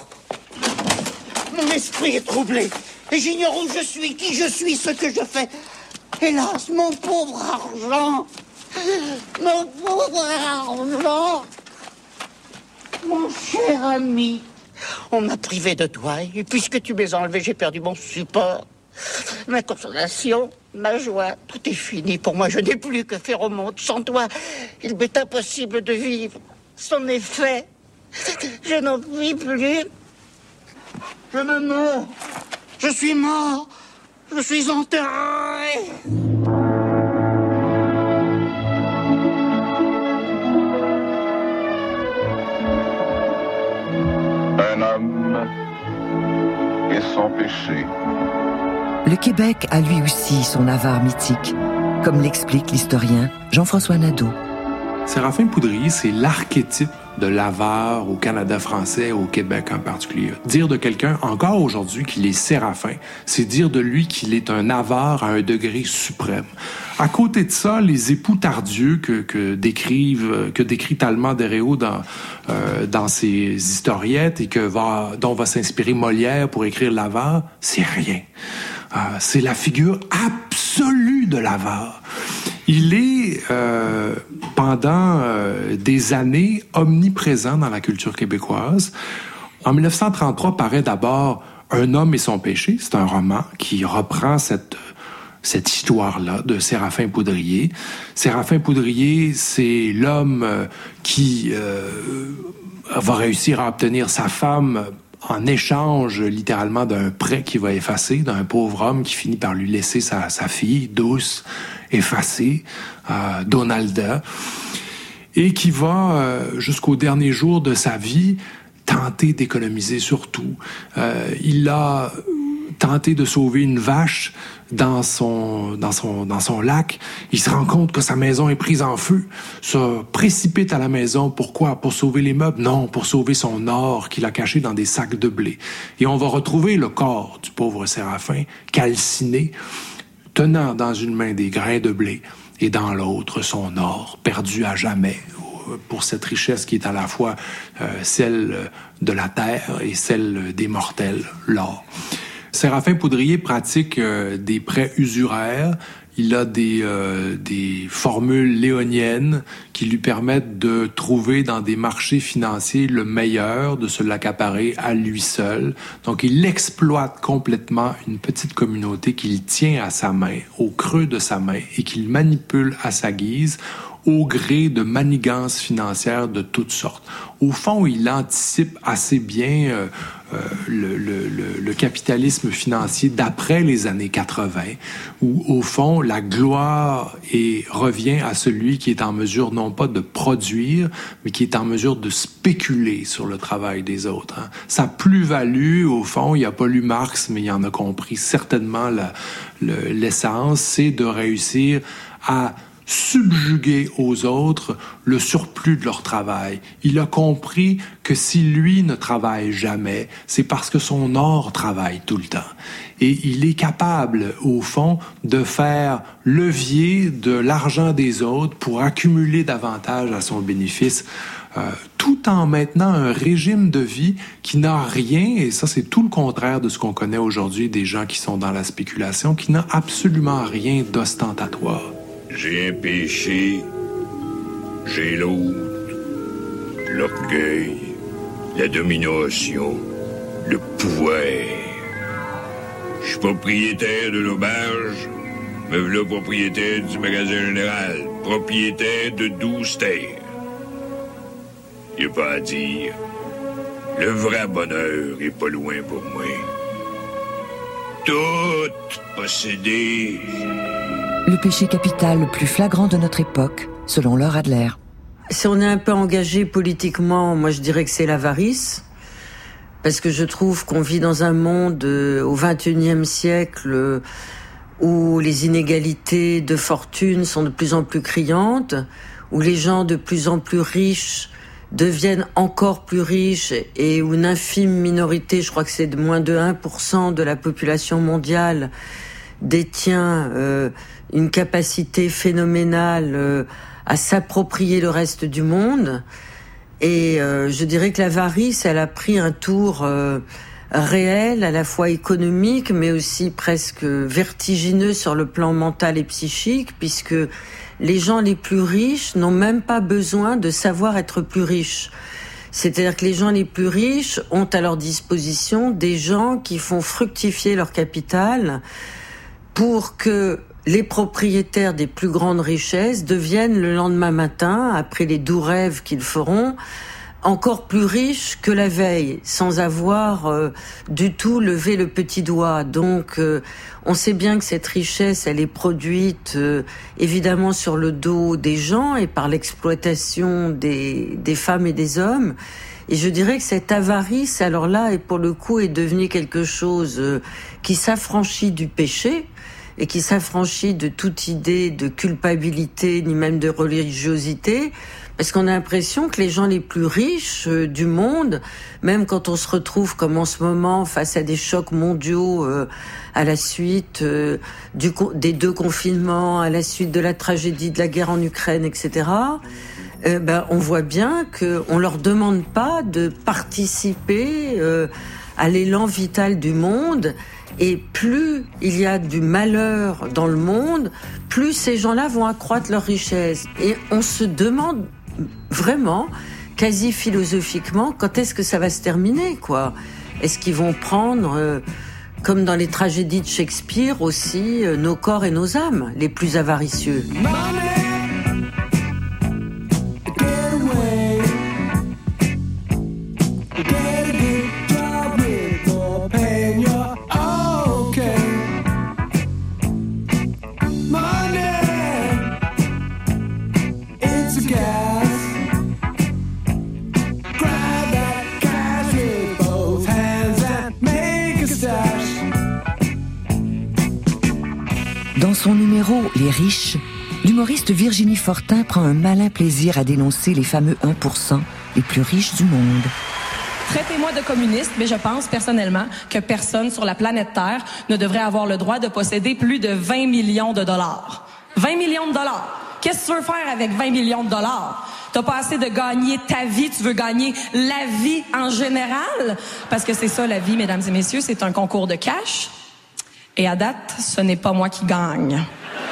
Mon esprit est troublé. Et j'ignore où je suis, qui je suis, ce que je fais. Hélas, mon pauvre argent. Mon pauvre argent. Mon cher ami. On m'a privé de toi. Et puisque tu m'as enlevé, j'ai perdu mon support. Ma consolation, ma joie, tout est fini. Pour moi, je n'ai plus que faire au monde. Sans toi, il m'est impossible de vivre. C'en est fait. Je n'en puis plus. Je me meurs. Je suis mort. Je suis enterré. Un homme et son péché. Le Québec a lui aussi son avare mythique, comme l'explique l'historien Jean-François Nadeau. Séraphin Poudrier, c'est l'archétype de l'avare au Canada français, au Québec en particulier. Dire de quelqu'un, encore aujourd'hui, qu'il est Séraphin, c'est dire de lui qu'il est un avare à un degré suprême. À côté de ça, les époux tardieux que, que décrivent, que décrit Talleyrand Deréo dans, euh, dans ses historiettes et que va, dont va s'inspirer Molière pour écrire l'avare, c'est rien. Euh, c'est la figure absolue de l'avare. Il est, euh, pendant euh, des années, omniprésent dans la culture québécoise. En dix-neuf cent trente-trois paraît d'abord Un homme et son péché. C'est un roman qui reprend cette, cette histoire-là de Séraphin Poudrier. Séraphin Poudrier, c'est l'homme qui euh, va réussir à obtenir sa femme en échange, littéralement, d'un prêt qu'il va effacer, d'un pauvre homme qui finit par lui laisser sa, sa fille, douce, effacée, euh, Donalda, et qui va, euh, jusqu'au dernier jour de sa vie, tenter d'économiser sur tout. Euh, il a tenté de sauver une vache dans son, dans son, dans son lac. Il se rend compte que sa maison est prise en feu, se précipite à la maison. Pourquoi? Pour sauver les meubles? Non, pour sauver son or qu'il a caché dans des sacs de blé. Et on va retrouver le corps du pauvre Séraphin, calciné, tenant dans une main des grains de blé et dans l'autre son or, perdu à jamais pour cette richesse qui est à la fois euh, celle de la terre et celle des mortels, l'or. Séraphin Poudrier pratique euh, des prêts usuraires. Il a des, euh, des formules léoniennes qui lui permettent de trouver dans des marchés financiers le meilleur, de se l'accaparer à lui seul. Donc, il exploite complètement une petite communauté qu'il tient à sa main, au creux de sa main, et qu'il manipule à sa guise, au gré de manigances financières de toutes sortes. Au fond, il anticipe assez bien euh, euh, le, le, le, le capitalisme financier d'après les années quatre-vingt, où, au fond, la gloire est, revient à celui qui est en mesure non pas de produire, mais qui est en mesure de spéculer sur le travail des autres. Hein. Sa plus-value, au fond, il n'a pas lu Marx, mais il en a compris certainement la, le, l'essence, c'est de réussir à subjuguer aux autres le surplus de leur travail. Il a compris que si lui ne travaille jamais, c'est parce que son or travaille tout le temps. Et il est capable, au fond, de faire levier de l'argent des autres pour accumuler davantage à son bénéfice, euh, tout en maintenant un régime de vie qui n'a rien, et ça c'est tout le contraire de ce qu'on connaît aujourd'hui des gens qui sont dans la spéculation, qui n'a absolument rien d'ostentatoire. J'ai un péché, j'ai l'autre, l'orgueil, la domination, le pouvoir. Je suis propriétaire de l'auberge, me voilà propriétaire du magasin général, propriétaire de douze terres. Y a pas à dire, le vrai bonheur est pas loin pour moi. Tout possédé. Le péché capital le plus flagrant de notre époque, selon Laure Adler. Si on est un peu engagé politiquement, moi je dirais que c'est l'avarice. Parce que je trouve qu'on vit dans un monde euh, au vingt et unième siècle euh, où les inégalités de fortune sont de plus en plus criantes, où les gens de plus en plus riches deviennent encore plus riches et où une infime minorité, je crois que c'est de moins de un pour cent de la population mondiale, détient euh, une capacité phénoménale euh, à s'approprier le reste du monde. Et euh, je dirais que l'avarice, elle a pris un tour euh, réel, à la fois économique, mais aussi presque vertigineux sur le plan mental et psychique, puisque les gens les plus riches n'ont même pas besoin de savoir être plus riches. C'est-à-dire que les gens les plus riches ont à leur disposition des gens qui font fructifier leur capital pour que les propriétaires des plus grandes richesses deviennent le lendemain matin, après les doux rêves qu'ils feront, encore plus riches que la veille, sans avoir euh, du tout levé le petit doigt. Donc, euh, on sait bien que cette richesse, elle est produite euh, évidemment sur le dos des gens et par l'exploitation des, des femmes et des hommes. Et je dirais que cette avarice, alors là, et pour le coup, est devenue quelque chose euh, qui s'affranchit du péché, et qui s'affranchit de toute idée de culpabilité, ni même de religiosité, parce qu'on a l'impression que les gens les plus riches euh, du monde, même quand on se retrouve comme en ce moment face à des chocs mondiaux euh, à la suite euh, du, des deux confinements, à la suite de la tragédie de la guerre en Ukraine, et cetera, euh, ben, on voit bien qu'on ne leur demande pas de participer euh, à l'élan vital du monde. Et plus il y a du malheur dans le monde, plus ces gens-là vont accroître leur richesse. Et on se demande vraiment, quasi philosophiquement, quand est-ce que ça va se terminer, quoi ? Est-ce qu'ils vont prendre, euh, comme dans les tragédies de Shakespeare aussi, euh, nos corps et nos âmes, les plus avaricieux ? Dans son numéro « Les riches », l'humoriste Virginie Fortin prend un malin plaisir à dénoncer les fameux un pour cent les plus riches du monde. Traitez-moi de communiste, mais je pense personnellement que personne sur la planète Terre ne devrait avoir le droit de posséder plus de vingt millions de dollars. vingt millions de dollars. Qu'est-ce que tu veux faire avec vingt millions de dollars? T'as pas assez de gagner ta vie, tu veux gagner la vie en général? Parce que c'est ça, la vie, mesdames et messieurs, c'est un concours de cash. Et à date, ce n'est pas moi qui gagne.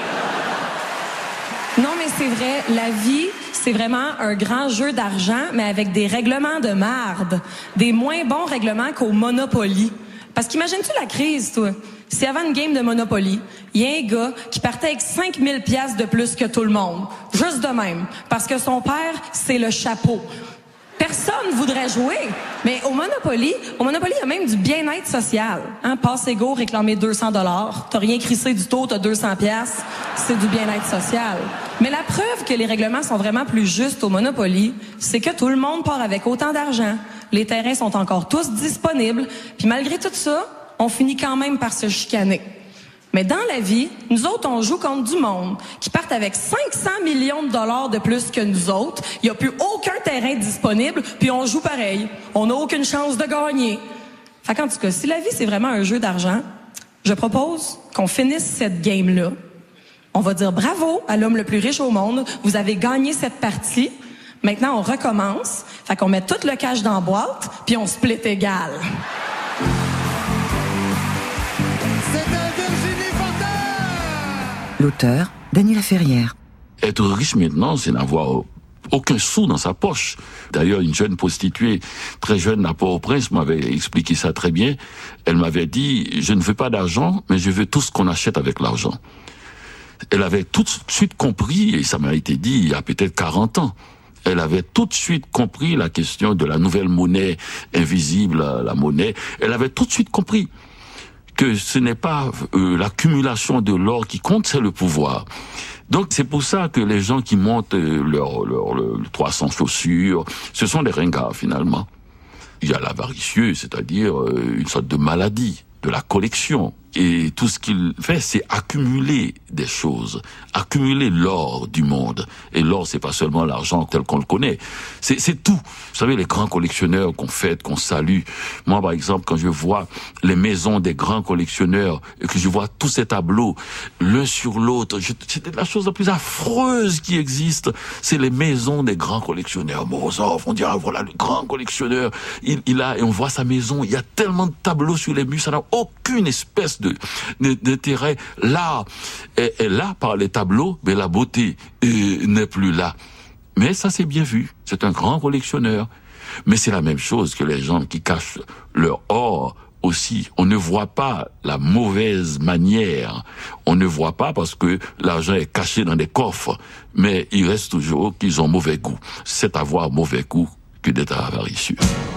Non, mais c'est vrai, la vie, c'est vraiment un grand jeu d'argent, mais avec des règlements de marde. Des moins bons règlements qu'au Monopoly. Parce qu'imagine-tu la crise, toi? Si avant une game de Monopoly, il y a un gars qui partait avec cinq mille piastres de plus que tout le monde. Juste de même. Parce que son père, c'est le chapeau. Personne voudrait jouer. Mais au Monopoly, au Monopoly, il y a même du bien-être social. Hein? Passe égaux, réclamer deux cents dollars. T'as rien crissé du tout, t'as deux cents piastres. C'est du bien-être social. Mais la preuve que les règlements sont vraiment plus justes au Monopoly, c'est que tout le monde part avec autant d'argent. Les terrains sont encore tous disponibles. Puis malgré tout ça, on finit quand même par se chicaner. Mais dans la vie, nous autres, on joue contre du monde qui partent avec cinq cents millions de dollars de plus que nous autres. Il n'y a plus aucun terrain disponible, puis on joue pareil. On n'a aucune chance de gagner. Fait qu'en tout cas, si la vie, c'est vraiment un jeu d'argent, je propose qu'on finisse cette game-là. On va dire bravo à l'homme le plus riche au monde. Vous avez gagné cette partie. Maintenant, on recommence. Fait qu'on met tout le cash dans la boîte, puis on split égal. L'auteur, Daniela Ferrière. Être riche maintenant, c'est n'avoir aucun sou dans sa poche. D'ailleurs, une jeune prostituée, très jeune à Port-au-Prince, m'avait expliqué ça très bien. Elle m'avait dit, je ne veux pas d'argent, mais je veux tout ce qu'on achète avec l'argent. Elle avait tout de suite compris, et ça m'a été dit il y a peut-être quarante ans, elle avait tout de suite compris la question de la nouvelle monnaie invisible, la monnaie. Elle avait tout de suite compris que ce n'est pas euh, l'accumulation de l'or qui compte, c'est le pouvoir. Donc c'est pour ça que les gens qui montent euh, leurs leur, leur, trois cents chaussures, ce sont des ringards finalement. Il y a l'avaricieux, c'est-à-dire euh, une sorte de maladie, de la collection. Et tout ce qu'il fait, c'est accumuler des choses, accumuler l'or du monde. Et l'or, c'est pas seulement l'argent tel qu'on le connaît, c'est, c'est tout. Vous savez, les grands collectionneurs qu'on fête, qu'on salue. Moi, par exemple, quand je vois les maisons des grands collectionneurs et que je vois tous ces tableaux l'un sur l'autre, je, c'est la chose la plus affreuse qui existe. C'est les maisons des grands collectionneurs. Morozov, on dirait, voilà, le grand collectionneur, il, il a, et on voit sa maison, il y a tellement de tableaux sur les murs, ça n'a aucune espèce de d'intérêt. L'art est, est là par les tableaux, mais la beauté euh, n'est plus là. Mais ça, c'est bien vu. C'est un grand collectionneur. Mais c'est la même chose que les gens qui cachent leur or aussi. On ne voit pas la mauvaise manière. On ne voit pas parce que l'argent est caché dans des coffres. Mais il reste toujours qu'ils ont mauvais goût. C'est avoir mauvais goût que d'être avaricieux.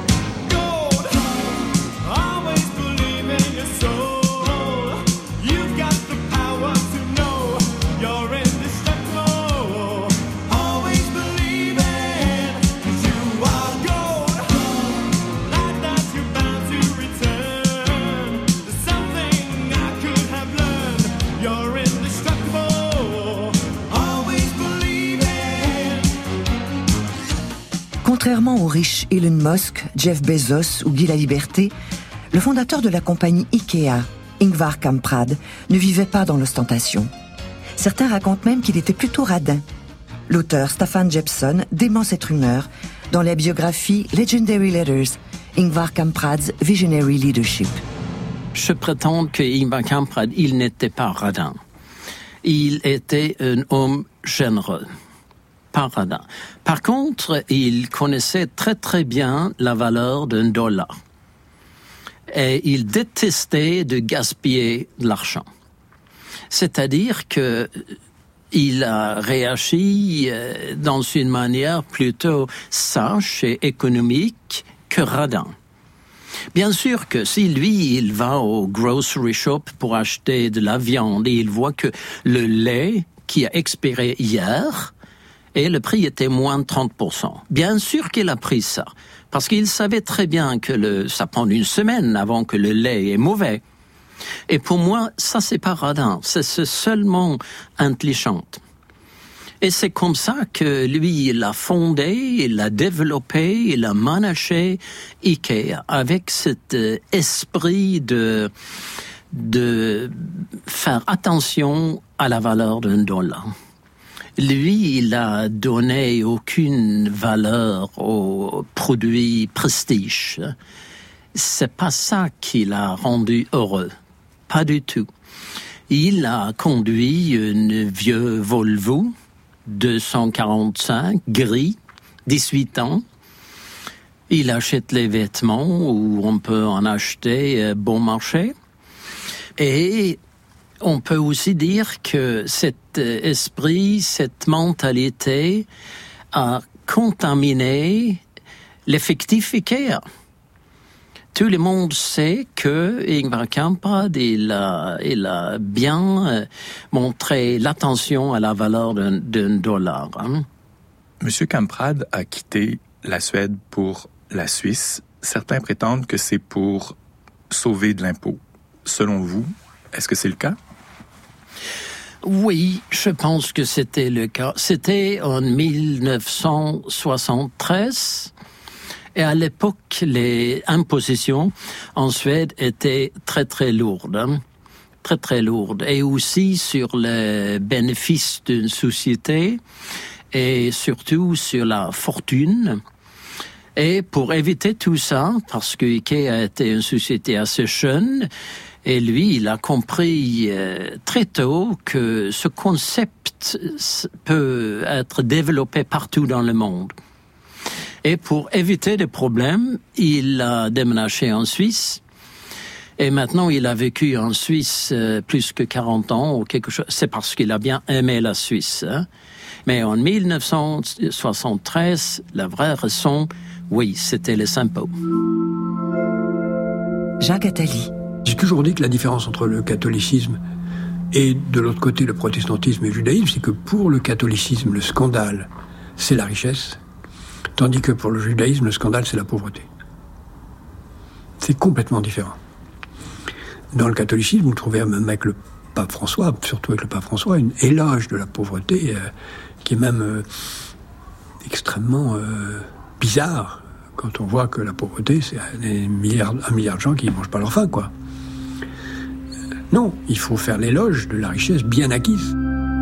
Contrairement aux riches Elon Musk, Jeff Bezos ou Guy Laliberté, le fondateur de la compagnie Ikea, Ingvar Kamprad, ne vivait pas dans l'ostentation. Certains racontent même qu'il était plutôt radin. L'auteur Staffan Jeppsson dément cette rumeur dans la biographie Legendary Letters, Ingvar Kamprad's Visionary Leadership. Je prétends que Ingvar Kamprad, il n'était pas radin. Il était un homme généreux. Pas radin. Par contre, il connaissait très très bien la valeur d'un dollar. Et il détestait de gaspiller de l'argent. C'est-à-dire que il a réagi dans une manière plutôt sage et économique que radin. Bien sûr que si lui, il va au grocery shop pour acheter de la viande et il voit que le lait qui a expiré hier, et le prix était moins de trente pour cent. Bien sûr qu'il a pris ça, parce qu'il savait très bien que le, ça prend une semaine avant que le lait est mauvais. Et pour moi, ça c'est pas radin, c'est seulement intelligent. Et c'est comme ça que lui, il a fondé, il a développé, il a managé Ikea avec cet esprit de, de faire attention à la valeur d'un dollar. Lui, il a donné aucune valeur aux produits prestige. C'est pas ça qui l'a rendu heureux. Pas du tout. Il a conduit une vieux Volvo deux cent quarante-cinq, gris, dix-huit ans. Il achète les vêtements où on peut en acheter euh, bon marché. Et on peut aussi dire que cet esprit, cette mentalité a contaminé l'effectif IKEA. Tout le monde sait que Ingvar Kamprad, il a, il a bien montré l'attention à la valeur d'un, d'un dollar. Hein. Monsieur Kamprad a quitté la Suède pour la Suisse. Certains prétendent que c'est pour sauver de l'impôt. Selon vous, est-ce que c'est le cas? Oui, je pense que c'était le cas. C'était en dix-neuf cent soixante-treize. Et à l'époque, les impositions en Suède étaient très très lourdes, hein? très très lourdes, et aussi sur les bénéfices d'une société et surtout sur la fortune. Et pour éviter tout ça, parce que IKEA était une société assez jeune, et lui, il a compris euh, très tôt que ce concept peut être développé partout dans le monde. Et pour éviter des problèmes, il a déménagé en Suisse. Et maintenant, il a vécu en Suisse euh, plus que quarante ans ou quelque chose. C'est parce qu'il a bien aimé la Suisse. Hein. Mais en dix-neuf cent soixante-treize, la vraie raison, oui, c'était les impôts. Jacques Attali. J'ai toujours dit que la différence entre le catholicisme et de l'autre côté le protestantisme et le judaïsme, c'est que pour le catholicisme, le scandale, c'est la richesse, tandis que pour le judaïsme, le scandale, c'est la pauvreté. C'est complètement différent. Dans le catholicisme, vous trouvez même avec le pape François, surtout avec le pape François, une éloge de la pauvreté euh, qui est même euh, extrêmement euh, bizarre quand on voit que la pauvreté, c'est un milliard, un milliard de gens qui ne mangent pas leur faim, quoi. Euh, non, il faut faire l'éloge de la richesse bien acquise.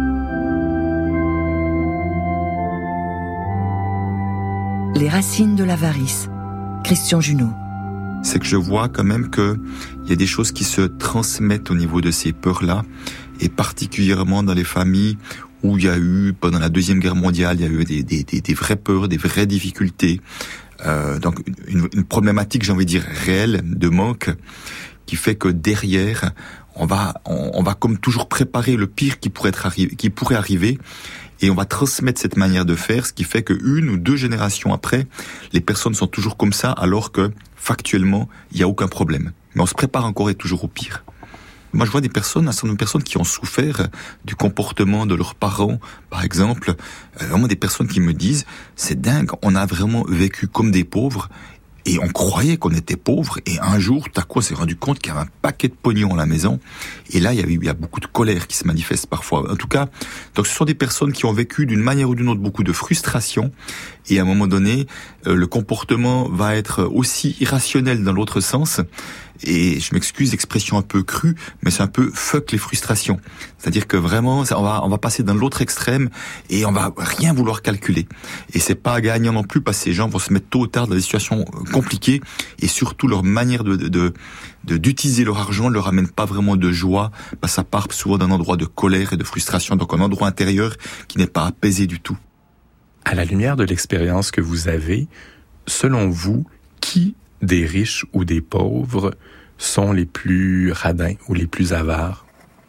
Les racines de l'avarice. Christian Junot. C'est que je vois quand même qu'il y a des choses qui se transmettent au niveau de ces peurs-là, et particulièrement dans les familles où il y a eu, pendant la Deuxième Guerre mondiale, il y a eu des, des, des, des vraies peurs, des vraies difficultés. Euh, donc une, une problématique, j'ai envie de dire, réelle, de manque, qui fait que derrière, on va, on, on va comme toujours préparer le pire qui pourrait être arri- qui pourrait arriver, et on va transmettre cette manière de faire, ce qui fait que une ou deux générations après, les personnes sont toujours comme ça, alors que factuellement, il y a aucun problème. Mais on se prépare encore et toujours au pire. Moi, je vois des personnes, un certain nombre de personnes qui ont souffert du comportement de leurs parents, par exemple. Vraiment des personnes qui me disent, c'est dingue, on a vraiment vécu comme des pauvres, et on croyait qu'on était pauvres, et un jour, tout à coup, on s'est rendu compte qu'il y avait un paquet de pognon à la maison, et là, il y a, il y a beaucoup de colère qui se manifeste parfois. En tout cas, donc ce sont des personnes qui ont vécu d'une manière ou d'une autre beaucoup de frustration, et à un moment donné, euh, le comportement va être aussi irrationnel dans l'autre sens, et je m'excuse, l'expression un peu crue, mais c'est un peu fuck les frustrations. C'est-à-dire que vraiment, on va, on va passer dans l'autre extrême et on va rien vouloir calculer. Et c'est pas gagnant non plus parce que ces gens vont se mettre tôt ou tard dans des situations compliquées, et surtout leur manière de, de, de d'utiliser leur argent ne leur amène pas vraiment de joie, parce que ça part souvent d'un endroit de colère et de frustration, donc un endroit intérieur qui n'est pas apaisé du tout. À la lumière de l'expérience que vous avez, selon vous, qui des riches ou des pauvres sont les plus radins ou les plus avares?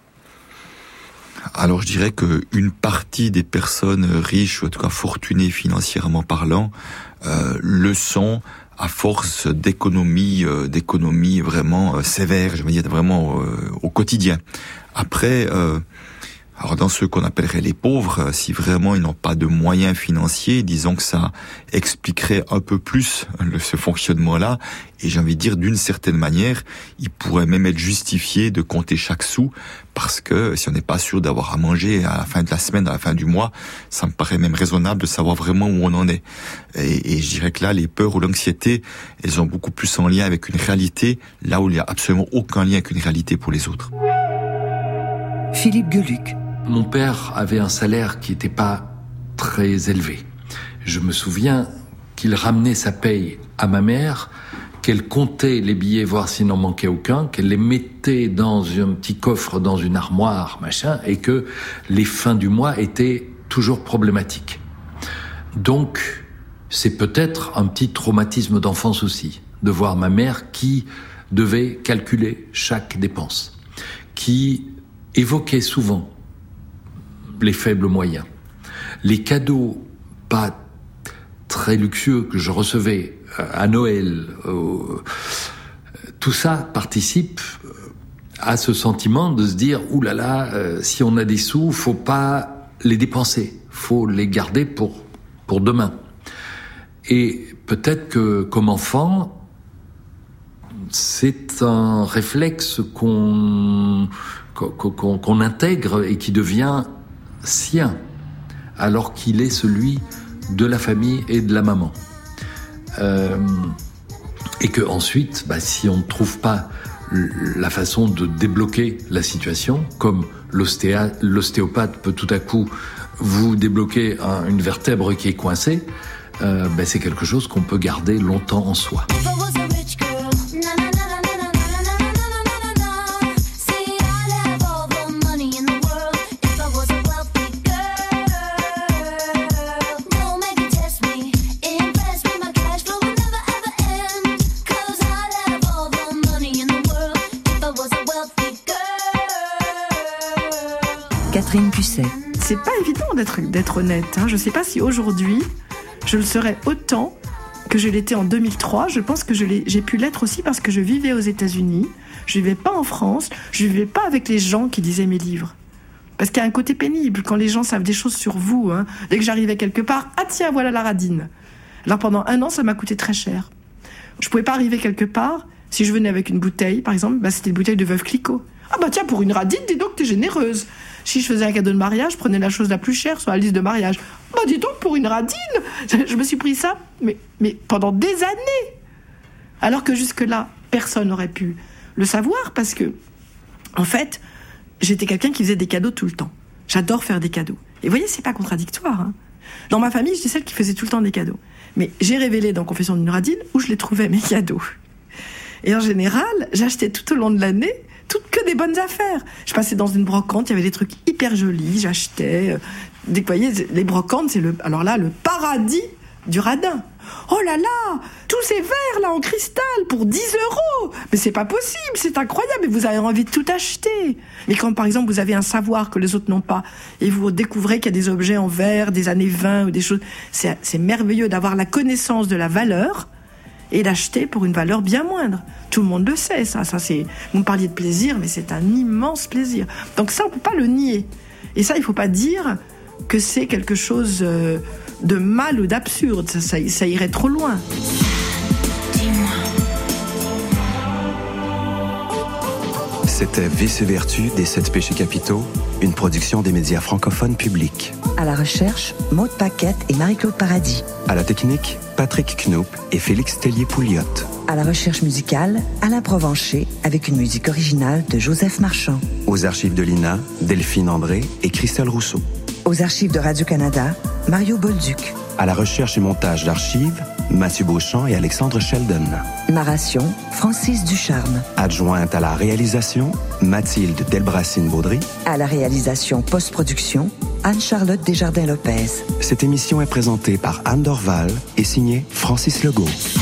Alors je dirais que une partie des personnes riches, ou en tout cas fortunées financièrement parlant, euh, le sont à force d'économie, euh, d'économie vraiment euh, sévère, je veux dire vraiment euh, au quotidien. Après, euh, alors dans ceux qu'on appellerait les pauvres, si vraiment ils n'ont pas de moyens financiers, disons que ça expliquerait un peu plus le, ce fonctionnement-là. Et j'ai envie de dire, d'une certaine manière, il pourrait même être justifié de compter chaque sou, parce que si on n'est pas sûr d'avoir à manger à la fin de la semaine, à la fin du mois, ça me paraît même raisonnable de savoir vraiment où on en est. Et, et je dirais que là, les peurs ou l'anxiété, elles ont beaucoup plus en lien avec une réalité, là où il n'y a absolument aucun lien avec une réalité pour les autres. Philippe Geluck. mon père avait un salaire qui n'était pas très élevé. Je me souviens qu'il ramenait sa paye à ma mère, qu'elle comptait les billets, voir s'il n'en manquait aucun, qu'elle les mettait dans un petit coffre, dans une armoire, machin, et que les fins du mois étaient toujours problématiques. Donc, c'est peut-être un petit traumatisme d'enfance aussi, de voir ma mère qui devait calculer chaque dépense, qui évoquait souvent les faibles moyens. Les cadeaux pas très luxueux que je recevais à Noël, euh, tout ça participe à ce sentiment de se dire « Ouh là là, euh, si on a des sous, faut pas les dépenser, faut les garder pour, pour demain ». Et peut-être que comme enfant, c'est un réflexe qu'on, qu'on, qu'on intègre et qui devient sien, alors qu'il est celui de la famille et de la maman. Euh, et que ensuite, bah, si on ne trouve pas la façon de débloquer la situation, comme l'ostéa, l'ostéopathe peut tout à coup vous débloquer un, une vertèbre qui est coincée, euh, bah, c'est quelque chose qu'on peut garder longtemps en soi. Catherine Pusset. C'est pas évident d'être, d'être honnête. Hein. Je sais pas si aujourd'hui, je le serais autant que je l'étais en deux mille trois. Je pense que je l'ai, j'ai pu l'être aussi parce que je vivais aux États-Unis. Je vivais pas en France. Je vivais pas avec les gens qui lisaient mes livres. Parce qu'il y a un côté pénible quand les gens savent des choses sur vous. Hein. Dès que j'arrivais quelque part, ah tiens, voilà la radine. Alors pendant un an, ça m'a coûté très cher. Je pouvais pas arriver quelque part. Si je venais avec une bouteille, par exemple, bah, c'était une bouteille de Veuve Clicquot. Ah bah tiens, pour une radine, dis donc, t'es généreuse. Si je faisais un cadeau de mariage, je prenais la chose la plus chère sur la liste de mariage. Bah dis donc, pour une radine, je me suis pris ça, mais, mais pendant des années. Alors que jusque-là, personne n'aurait pu le savoir parce que, en fait, j'étais quelqu'un qui faisait des cadeaux tout le temps. J'adore faire des cadeaux. Et vous voyez, c'est pas contradictoire. Hein. Dans ma famille, j'étais celle qui faisait tout le temps des cadeaux. Mais j'ai révélé dans Confession d'une radine où je les trouvais, mes cadeaux. Et en général, j'achetais tout au long de l'année toutes que des bonnes affaires. Je passais dans une brocante, il y avait des trucs hyper jolis, j'achetais. Euh, vous voyez, les brocantes, c'est le, alors là, le paradis du radin. Oh là là, tous ces verres là en cristal pour dix euros. Mais c'est pas possible, c'est incroyable. Et vous avez envie de tout acheter. Mais quand par exemple vous avez un savoir que les autres n'ont pas et vous découvrez qu'il y a des objets en verre des années vingt ou des choses, c'est, c'est merveilleux d'avoir la connaissance de la valeur et d'acheter pour une valeur bien moindre. Tout le monde le sait, ça. ça c'est... Vous me parliez de plaisir, mais c'est un immense plaisir. Donc ça, on ne peut pas le nier. Et ça, il ne faut pas dire que c'est quelque chose de mal ou d'absurde. Ça, ça, ça irait trop loin. C'était Vice et Vertu des sept péchés capitaux, une production des médias francophones publics. À la recherche, Maude Paquette et Marie-Claude Paradis. À la technique, Patrick Knoop et Félix Tellier-Pouliot. À la recherche musicale, Alain Provencher, avec une musique originale de Joseph Marchand. Aux archives de l'I N A, Delphine André et Christelle Rousseau. Aux archives de Radio-Canada, Mario Bolduc. À la recherche et montage d'archives, Mathieu Beauchamp et Alexandre Sheldon. Narration, Francis Ducharme. Adjointe à la réalisation, Mathilde Delbracine-Baudry. À la réalisation post-production, Anne-Charlotte Desjardins-Lopez. Cette émission est présentée par Anne Dorval et signée Francis Legault.